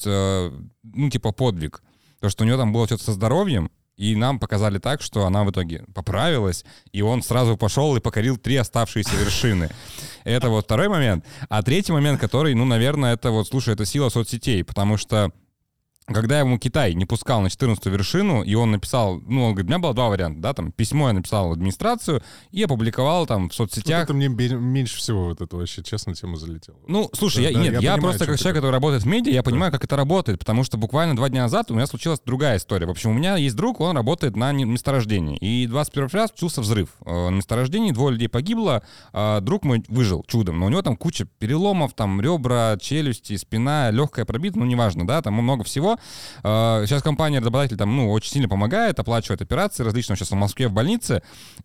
ну, типа подвиг. То, что у нее там было что-то со здоровьем, и нам показали так, что она в итоге поправилась, и он сразу пошел и покорил 3 оставшиеся вершины. Это вот второй момент. А третий момент, который, ну, наверное, это вот, слушай, это сила соцсетей, потому что когда ему Китай не пускал на 14-ю вершину, и он написал, ну, он говорит, у меня было 2 варианта, да, там, письмо я написал в администрацию и опубликовал там в соцсетях. Вот это мне меньше всего вот это вообще, честно, тема залетела. Ну, слушай, я понимаю, просто как человек, который работает в медиа, я понимаю, как это работает, потому что буквально 2 дня назад у меня случилась другая история. В общем, у меня есть друг, он работает на месторождении, и 21 раз случился взрыв. На месторождении 2 людей погибло, друг мой выжил чудом, но у него там куча переломов, там, ребра, челюсти, спина, легкая пробита, ну, неважно, да, там много всего. Сейчас компания-работодатель там, ну, очень сильно помогает, оплачивает операции различные, сейчас в Москве в больнице,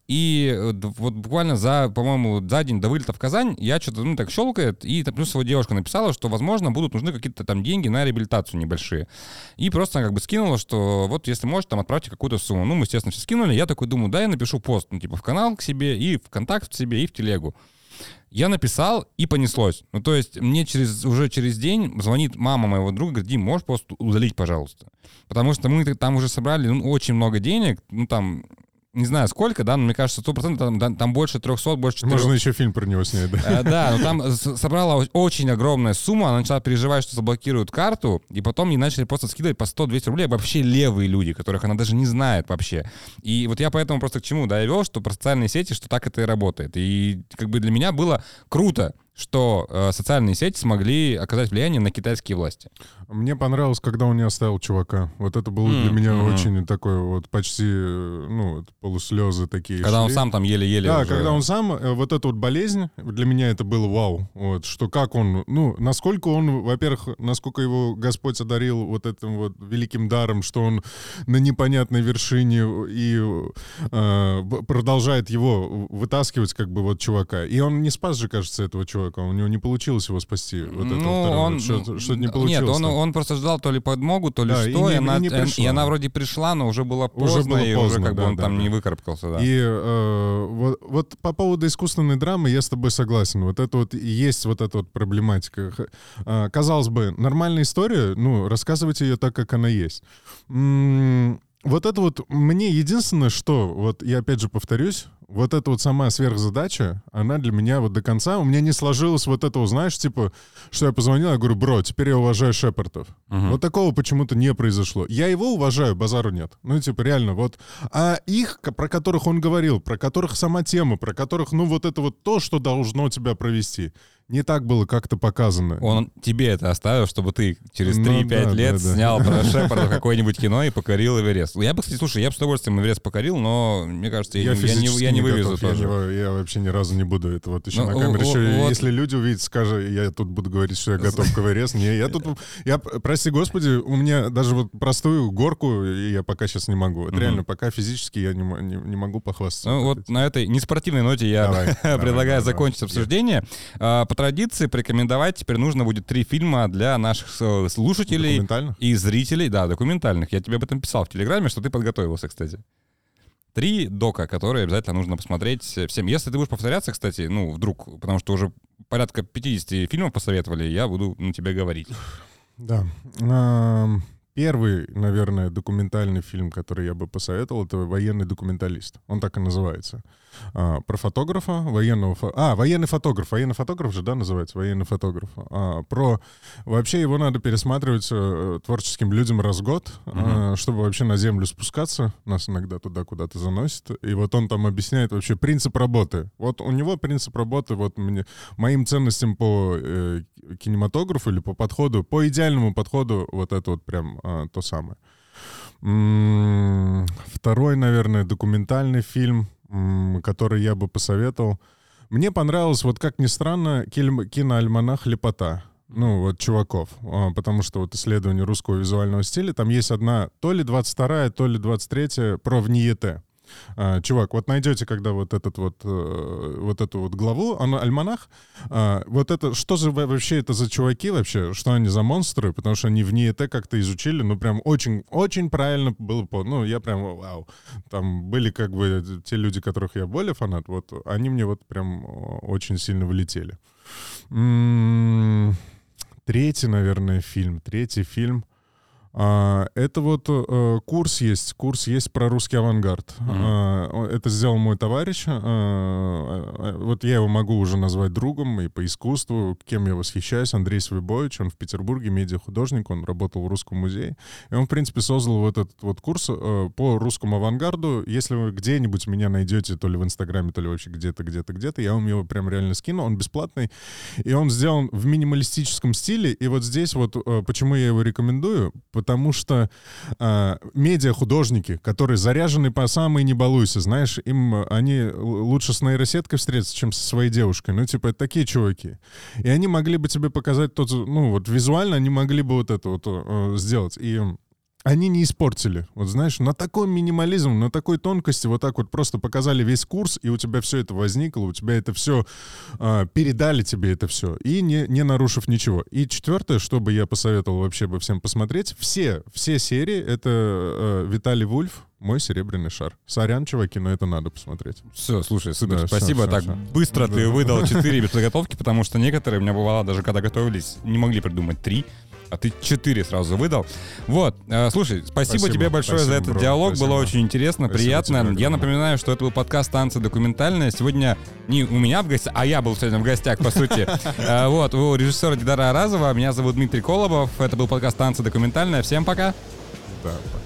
и вот буквально по-моему, за день до вылета в Казань я что-то, ну, так щелкает, и плюс его девушка написала, что, возможно, будут нужны какие-то там деньги на реабилитацию небольшие. И просто как бы скинула, что вот если можете, там, отправьте какую-то сумму. Ну, мы, естественно, все скинули, я такой думаю, да, я напишу пост, ну, типа, в канал к себе, и в контакт к себе, и в телегу. Я написал, и понеслось. Ну, то есть мне уже через день звонит мама моего друга, говорит, Дим, можешь просто удалить, пожалуйста? Потому что мы там уже собрали очень много денег, ну, там, не знаю сколько, да, но мне кажется, 100% там больше 300, больше 400. Можно еще фильм про него снять, да? Да, но там собрала очень огромная сумма, она начала переживать, что заблокируют карту, и потом ей начали просто скидывать по 100-200 рублей вообще левые люди, которых она даже не знает вообще. И вот я поэтому просто к чему, да, я вел, что про социальные сети, что так это и работает. И как бы для меня было круто, что социальные сети смогли оказать влияние на китайские власти. Мне понравилось, когда он не оставил чувака. Вот это было для меня очень такой вот почти, ну, полуслезы такие. Когда шли. Он сам там еле-еле Да, уже... когда он сам, вот эта вот болезнь, для меня это было вау. Вот, что как он, ну, насколько он, во-первых, насколько его Господь одарил вот этим вот великим даром, что он на непонятной вершине и продолжает его вытаскивать, как бы, вот чувака. И он не спас же, кажется, этого чувака. У него не получилось его спасти. Вот этого второго. Что-то не получилось. Нет, он просто ждал то ли подмогу, то ли Да, что, и она вроде пришла, но уже было поздно, и уже как бы он там не выкарабкался. Да. И вот по поводу искусственной драмы я с тобой согласен. Вот это вот есть вот эта вот проблематика. Казалось бы, нормальная история, ну, рассказывайте ее так, как она есть. Вот это вот мне единственное, что, вот я опять же повторюсь, вот эта вот сама сверхзадача, она для меня вот до конца, у меня не сложилось вот этого, знаешь, типа, что я позвонил, я говорю, бро, теперь я уважаю Шепардов. Вот такого почему-то не произошло. Я его уважаю, базару нет. Ну, типа, реально, вот. А их, про которых он говорил, про которых сама тема, про которых, ну, вот это вот то, что должно тебя провести, не так было как-то показано. Он тебе это оставил, чтобы ты через 3-5 лет снял про Шепарда какое-нибудь кино и покорил Эверест. Я бы, кстати, слушай, я бы с удовольствием Эверест покорил, но, мне кажется, я не вывезу тоже. Я вообще ни разу не буду это вот еще на камере. Если люди увидят, скажут, я тут буду говорить, что я готов к Эвересту. Я, прости господи, у меня даже вот простую горку я пока сейчас не могу. Это реально, пока физически я не могу похвастаться. Ну вот на этой неспортивной ноте я предлагаю закончить обсуждение. По традиции порекомендовать теперь нужно будет 3 фильма для наших слушателей и зрителей. Да, документальных. Я тебе об этом писал в Телеграме, что ты подготовился, кстати. 3 дока, которые обязательно нужно посмотреть всем. Если ты будешь повторяться, кстати, ну, вдруг, потому что уже порядка 50 фильмов посоветовали, я буду тебе говорить. Да. Первый, наверное, документальный фильм, который я бы посоветовал, это «Военный документалист». Он так и называется. Про фотографа, военный фотограф. Военный фотограф же, да, называется? Военный фотограф. Вообще его надо пересматривать творческим людям раз в год, чтобы вообще на землю спускаться. Нас иногда туда куда-то заносит. И вот он там объясняет вообще принцип работы. Вот у него принцип работы, вот моим ценностям по кинематографу или по подходу, по идеальному подходу, вот это вот прям то самое. Второй, наверное, документальный фильм, который я бы посоветовал. Мне понравилось, вот как ни странно, киноальманах «Лепота». Ну, вот Чуваков. Потому что вот исследование русского визуального стиля, там есть одна, то ли 22-я, то ли 23-я, про ВНИЕТ. Чувак, вот найдете, когда вот эту вот главу, альманах, вот это, что же вообще это за чуваки вообще, что они за монстры, потому что они в НИЭТ как-то изучили, ну прям очень, очень правильно было, ну я прям, вау, там были как бы те люди, которых я более фанат, вот они мне вот прям очень сильно влетели. Третий фильм, это вот курс есть про русский авангард. Это сделал мой товарищ. Вот я его могу уже назвать другом и по искусству, кем я восхищаюсь. Андрей Свибович, он в Петербурге медиахудожник, он работал в Русском музее. И он, в принципе, создал вот этот вот курс по русскому авангарду. Если вы где-нибудь меня найдете, то ли в Инстаграме, то ли вообще где-то, я вам его прям реально скину. Он бесплатный. И он сделан в минималистическом стиле. И вот здесь вот почему я его рекомендую, потому что медиахудожники, которые заряжены по самой не балуйся, знаешь, они лучше с нейросеткой встретятся, чем со своей девушкой. Ну, типа, это такие чуваки. И они могли бы тебе показать ну, вот визуально они могли бы вот это вот сделать. И они не испортили. Вот знаешь, на такой минимализм, на такой тонкости вот так вот просто показали весь курс, и у тебя все это возникло, у тебя это все, передали тебе это все, и не нарушив ничего. И четвертое, что бы я посоветовал вообще бы всем посмотреть, все серии, это Виталий Вульф, «Мой серебряный шар». Сорян, чуваки, но это надо посмотреть. Все, слушай, супер, да, спасибо. Все. Быстро ты выдал 4 без подготовки, потому что некоторые у меня бывало, даже когда готовились, не могли придумать 3. А ты 4 сразу выдал. Вот, слушай, спасибо тебе большое за этот диалог. Было очень интересно, приятно. Я напоминаю, что это был подкаст «Танцы документальные». Сегодня не у меня в гостях, а я был сегодня в гостях, по сути. Вот, у режиссера Дидара Аразова. Меня зовут Дмитрий Колобов. Это был подкаст «Танцы документальные». Всем пока. Да.